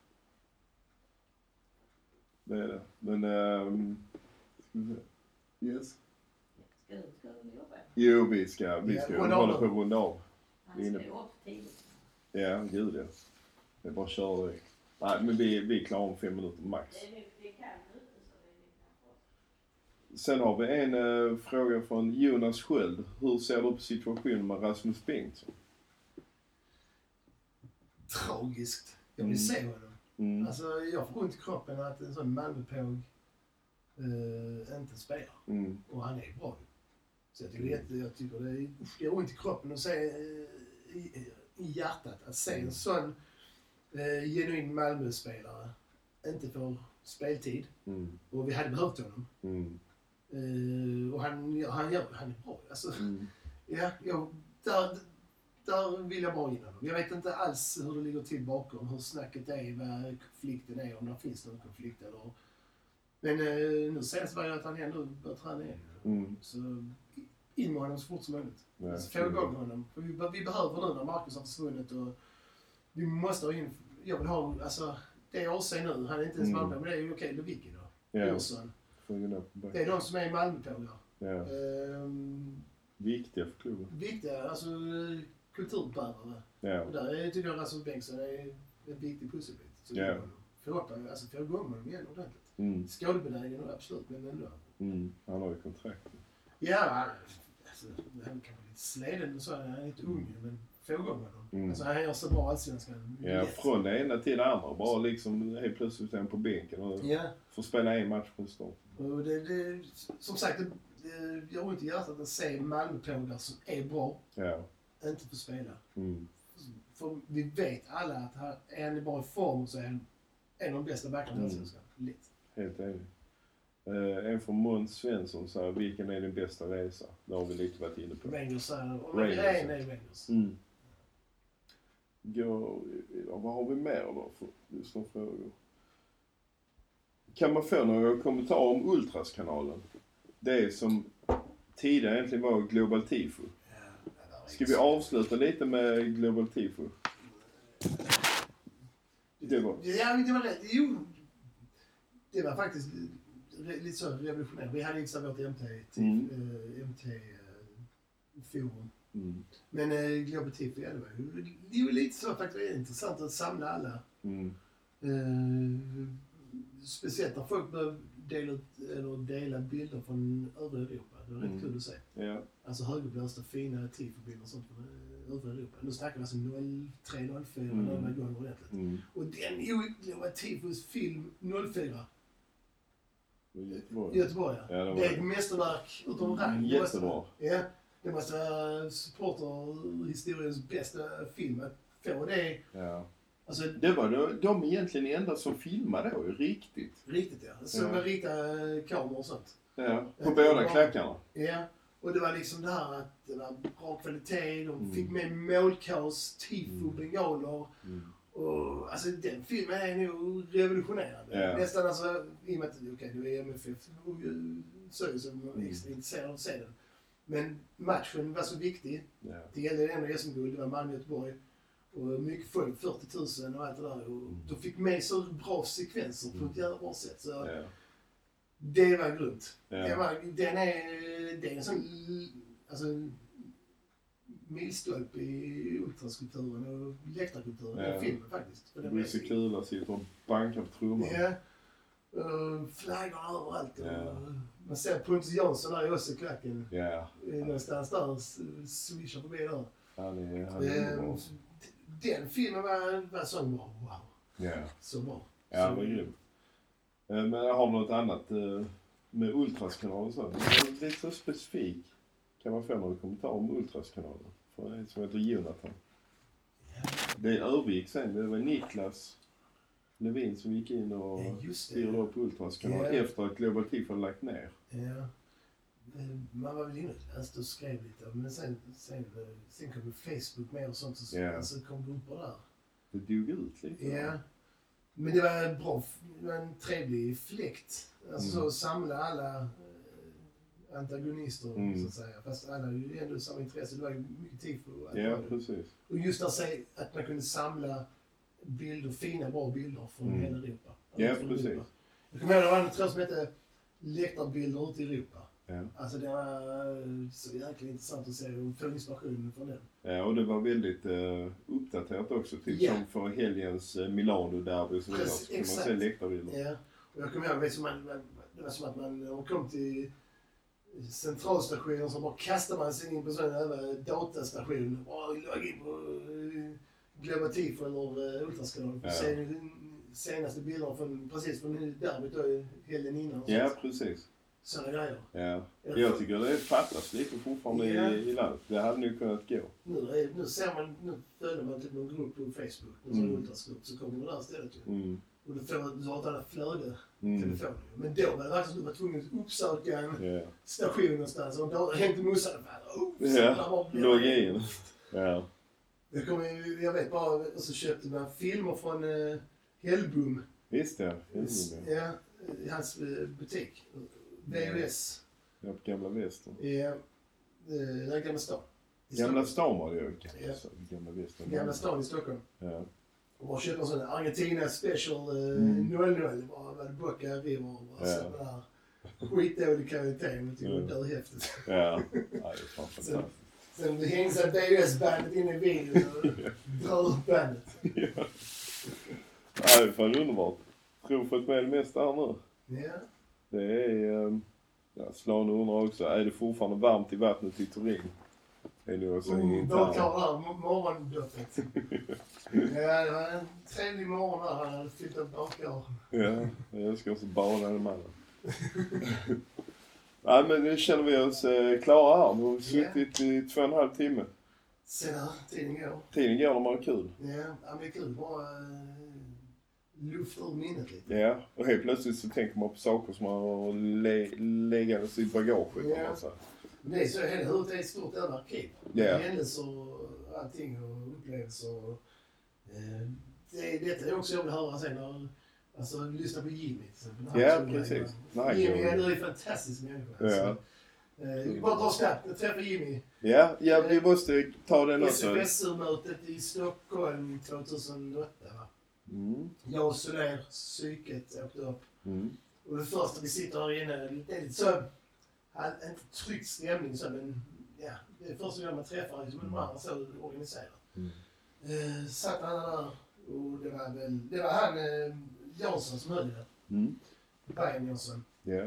Det är det. Men, um, ska vi se. Yes. Ska du, ska du jobba? Jo, vi ska, vi Ja, ska runda hålla av. på att runda av. Han ska ju upp tidigt. Ja, gud ja. Det är bara att köra det. Nej, men vi, vi är klara om fem minuter max. Det är nu- det kan ute så det är kanske. Sen har vi en uh, fråga från Jonas Sköld. Hur ser du på situationen med Rasmus Bengtsson? Tragiskt. Jag vill Mm. se honom. Mm. Alltså, jag får ont i kroppen att en sån Malmöpåg uh, inte spelar. Mm. Och han är bra. Så jag tycker, jätte, jag tycker det, är, det gör ont i kroppen att se, uh, i, i hjärtat, att se en sån uh, genuin Malmö-spelare inte får speltid. Mm. Och vi hade behövt honom. Mm. Uh, och han, han, gör, han är bra. Alltså, Mm. ja, jag, där, där vill jag bara in honom. Jag vet inte alls hur det ligger till bakom, hur snacket är, vad konflikten är, om det finns någon konflikt eller... Men uh, nu senast var det att han ändå börjar träna igen. Mm. Så in med honom så fort som möjligt. Ja. Alltså, få igång honom. För vi, vi behöver nu när Marcus har försvunnit och vi måste ha in... Jag vill ha, alltså, det är Åse nu. Han är inte ens Mm. Malmö, men det är ju okej, Lewicki då. Ja. Olsson. Får vi gå på back. Det är de som är Malmöpågar. Ja. Ehm, Viktiga för klubben. viktiga, alltså kulturbärare. Ja. Och där är, tycker jag Rasmus Bengtsson är en viktig pusselbit. Så Ja. yeah. Få upp, alltså få igång honom igen ordentligt. Mm. Skådebenägen, absolut, men ändå. Mm. Han har ju kontrakt. Ja, han, alltså, han kan vara lite sleden och så, han är lite ung men få igång honom. Mm. Alltså han gör så bra allsvenskan. Ja, Lätt. från det ena till det andra. Bara liksom helt plötsligt är han på bänken och Ja, får spela en match på start. och det, det, som sagt, det, det gör ont i hjärtat att se Malmöpågar som är bra, Ja. inte får spela. Mm. För vi vet alla att här, är han bara i form så är han en av de bästa backarna i Mm. allsvenskan. Lätt. Helt enig. Uh, en från Måns Svensson säger, vilken är din bästa resa? Det har vi lite varit inne på. Rangers är... Och Rangers, Rangers. ja. är Rangers. Mm. Går, ja, vad har vi mer då för lyssnarfrågor? Kan man få några kommentarer om Ultras-kanalen? Det som tidigare egentligen var Global Tifo. Ja, det där är Ska inte vi så- avsluta lite med Global Tifo? Det var... Ja, men det var rätt. Jo, det var faktiskt re, lite så revolutionärt. Vi hade inte så vårt M T, Mm. äh, M T äh, forum. Mm. Men äh, Global Tifo, ja, det var ju det är ju lite så faktiskt. Det är intressant att samla alla. Mm. Uh, speciellt när folk börjar dela, ut, eller dela bilder från övriga Europa. Det var rätt Mm. kul att se. Ja. Alltså högupplösta fina tifo-bilder och sånt från eh, övriga Europa. Nu snackar vi alltså noll tre noll fyra Mm. när de var igång ordentligt. Mm. Och den Global Tifos film noll fyra Det var jättebra. i Göteborg. Ja, det var det är det. ett mästerverk utom rang. Jättebra. Ja, det måste vara supporterhistoriens bästa film. Att få det, Ja. alltså Det var de, de egentligen enda som filmade då, riktigt. riktigt ja. Så Ja. med riktiga kameror och sånt. Ja, på Ja, båda bra. klackarna. Ja, och det var liksom det här att det var bra kvalitet. De Mm. fick med målkaos, tifo, Mm. bengaler. Mm. Och, alltså den filmen är nog revolutionerande. Ja. Nästan alltså, i och med att okej, du är M F F och så som är Mm. extra intresserad av att se den. Men matchen var så viktig. Ja. Det gällde ändå S M-guld, det var Malmö-Göteborg. Och mycket folk, fyrtio tusen och allt det där. Och Mm. de fick med så bra sekvenser på Mm. ett jävla bra sätt. Så Ja. det var grymt. Ja. Det var, den är, det är en sån alltså, milstolpe i ultraskulpturen och läktarkulturen. Ja. Den filmen faktiskt. För den Bosse är- Kula sitter och bankar på trumman. Ja. Uh, flaggor överallt. Och, Ja. man ser Pontus Jansson där i Åse-klacken. Ja, Eh, Någonstans där, s- swishar förbi där. han är, han är Eh, bra. Den filmen var, var sån bra. Wow, Ja, så bra. ja Så- det var grymt. Eh, Men jag har något annat eh, med Ultras-kanalen och så. Men det är lite så specifik. Kan man få några kommentarer om Ultras-kanalen? För en som heter Jonathan. Ja. Det övergick sen. Det var Niklas, Levin som gick in och Ja, just det. styrde upp Ultraskanalen Ja. efter att Global Tif hade lagt ner. Ja. Men man var väl inne och läste och skrev lite. Men sen, sen, sen kom ju Facebook med och sånt. Så Ja. alltså, kom grupper där. Det dog ut lite. Ja. Men det var en bra, det var en trevlig fläkt. Alltså Mm. så samla alla eh, antagonister Mm. så att säga. Fast alla hade ju ändå samma intresse. Det var ju mycket tid för att Ja, göra det. precis. Och just att säga att man kunde samla bilder, fina bra bilder från Mm. hela Europa. Ja, Från precis. Europa. Jag kommer ihåg det var en tror jag som hette Läktarbilder ute i Europa. Ja. Alltså det var så jäkla intressant att se och få inspiration från den. Ja, och det var väldigt uh, uppdaterat också. Typ Ja. som för helgens uh, Milano-derby och så vidare. Precis, Så kan man se exakt. läktarbilder. Ja. Och jag kommer ihåg det, som man, man, det var som att man man kom till centralstationen så bara kastade man sig in på sån här datastation och låg in på uh, Global Tif eller uh, Ultraskanalen för att Ja. se de senaste bilderna från, precis från derbyt då helgen innan. Och Ja, sånt. precis. Såna grejer. Ja. Jag Jag tycker det fattas lite fortfarande Ja. i, i landet. Det hade nog kunnat gå. Nu, är, nu ser man, nu följer man typ någon grupp på Facebook, en sån Mm. ultrasgrupp, så kommer man där istället ju. Mm. Och du får du har ett annat flöde Mm. telefonen. Men då var det verkligen så att du var tvungen att uppsöka en Ja. station någonstans och då hängde morsan och bara, Ja, logga in. Ja. Jag, kommer, ju- jag vet bara, och så köpte man filmer från eh, Hellbom. Visst ja. Mm. Ja, i hans eh, butik. V H S. Ja, på Gamla Västern. I eh, där Gamla stan. I Gamla Stockholm. stan var det ju. Ja. Gamla Västern. Gamla stan i Stockholm. Ja. Och bara köpte en sån där Argentina special eh, Mm. noll noll. Bara var det Boca River och bara Ja. så på där. Skitdålig kvalitet men tyckte det Mm. var döhäftigt. Ja. Ja, det är fan fantastiskt. Sen det hängde sig V H S-bandet inne i bilen och drar upp bandet. Ja. Ja, det är fan underbart. Tror fått med det mesta här nu. Ja. Det är... Um, ja, Slan undrar också, är det fortfarande varmt i vattnet i Turin? Det är nog också en Oh, intern... badkar där, mo- morgondöttet. Ja, det var en trevlig morgon där. Han hade fyllt upp badkar. Ja, jag älskar också bada den mannen. Nej, men nu känner vi oss eh, klara här. Nu har vi suttit i två och en halv timme. Sen här, tiden går. Tiden går när man har kul. Ja, ja, men det är kul. Bara uh, luft ur minnet lite. Ja, och helt plötsligt så tänker man på saker som man har le- legat i bagaget. Ja. Kan man säga. Men det är så, hela huvudet är ett stort jävla arkiv. Ja. Händelser och allting och upplevelser. Och, eh, det, detta är också jag vill höra sen när, alltså lyssna på Jimmy till exempel. Han Ja, som precis. är- Nej, Jimmy jag- är en fantastisk människa. Ja. Alltså. Eh, bara dra snabbt, jag träffade Jimmy. Ja, ja, vi måste ta den S också. F S U-mötet i Stockholm tjugohundraåtta va? Mm, Jag och Soler, psyket, åkte upp. mm, Och det första vi sitter här inne, det är lite så, han- inte tryckt stämning så, men ja, det är första gången man träffar liksom, de andra så organiserat. mm. Eh, satt han där och det var väl, det var han eh, Jansson som höll det. Mm. Bajen Jansson. Ja.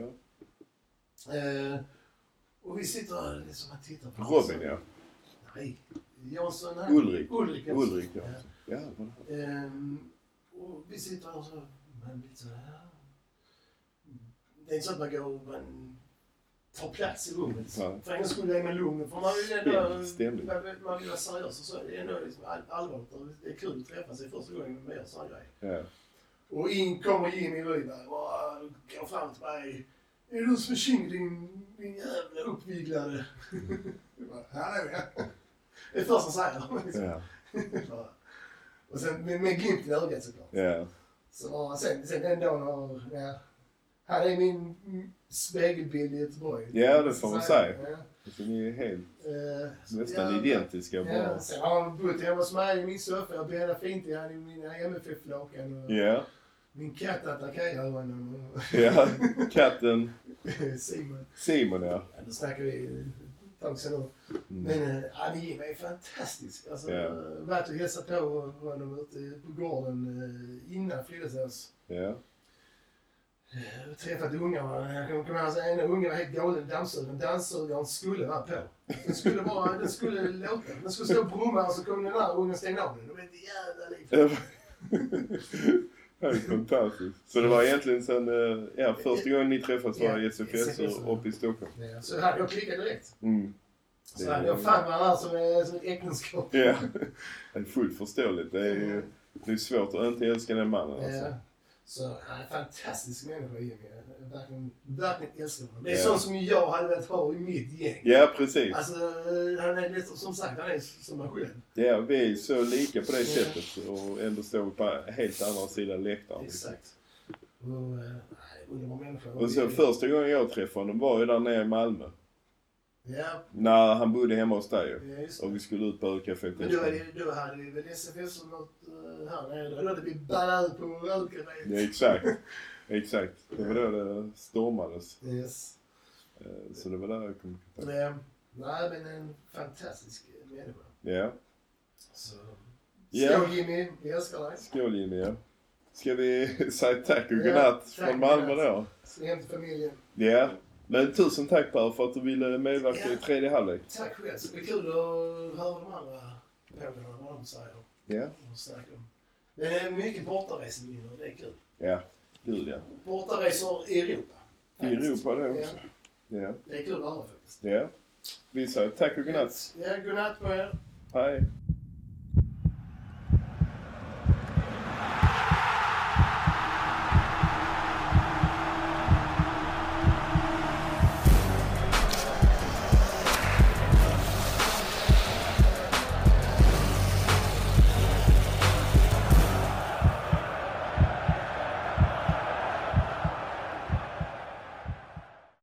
Eh, och vi sitter här liksom och tittar på Robin, ja. Nej, Jansson han. Ulrik. Ulrik Jansson. Ulrik, ja. Ja, vad- Ehm, och vi sitter här och så, man blir så här. Det är inte så att man går och man tar plats i rummet. Ja. För en gångs skull är man lugn. För man vill ändå, Ständigt, ständigt. man, vill- man vill vara seriös och så. Det är ändå liksom all, allvarligt. Och det är kul att träffas. Det är första gången man gör sån grej. Ja. Och in kommer Jimmy Rydberg och går fram till mig. Är du som King, din, din jävla uppviglade? Jag bara, hallå ja. Det är det första han säger. Ja. Och sen med, med glimt i ögat såklart. Ja. Så sen, sen den dagen har, ja, han är min mm, spegelbild i Göteborg. Ja, det får man Så, säga. Ja. Alltså, ni är helt, Eh, nästan ja, identiska Ja, bara. sen har han bott hemma hos mig i min soffa. Jag bäddar fint i han i mina M F F-lakan. och Ja. Min katt attackerar honom. och Ja. Katten Simon. Simon, ja. Ja, då snackar vi ett tag sedan nu. Mm. Men äh, han är fantastisk. Alltså, Ja. ja. Varit och hälsat på honom ute på gården äh, innan Fridhemshus. Ja. Jag träffat ungarna. Jag kommer ihåg att ena ungen var helt galen dammsugaren. Dammsugaren skulle vara på. Den skulle bara, den skulle låta. Den skulle stå och brumma och så kom den där ungen stänga av den. Det var ett jävla liv. Det är fantastiskt. Så det var egentligen sen, eh, ja, första gången ni träffades var i S F S och uppe i Stockholm. Ja, så hade jag klickat direkt. Mm. Så hade jag fan var här som, som ett äktenskap. Ja. Det är fullt förståeligt. Det är ju det är svårt att inte älska den mannen alltså. Ja. Så han är en fantastisk människa, Jimmy. Jag verkligen, verkligen älskar honom. Det är Ja. sånt som jag hade velat ha i mitt gäng. Ja, precis. Alltså, han är lite, som sagt, han är som man själv. Ja, vi är så lika på det Ja. sättet och ändå står vi på helt andra sidan läktaren. Exakt. Och, eh, nej, underbar människa. Och så första gången jag träffade honom var ju där nere i Malmö. Ja, När han bodde hemma hos dig ju. ja, just Och det. vi skulle ut på ölcaféet. Men då, är det, då hade vi väl S F S och något uh, här nere. Då hade vi ballat ut på ölkaféet. Ja, exakt. Exakt. Det var då det stormades. Yes. Eh, Så det var där jag kom i kontakt. Eh, nej, men en fantastisk människa. Ja. Så. Ja. Skål Jimmy, vi älskar dig. Skål Jimmy, ja. Ska vi säga tack och Ja, godnatt tack från Malmö och godnatt. då? Ska hem till familjen. Ja. Men tusen tack Per för att du ville medverka Ja. i tredje halvlek. Tack själv. Det blir kul att höra de andra pågarna, vad de säger. Ja. Och snacka om. Det är mycket bortareseminnen, det är kul. Ja. Gud ja. Bortaresor i Europa. I Europa det också. Ja, Ja. det är kul att höra faktiskt. Ja. Vi säger tack och godnatt. Ja, godnatt på er. Hej.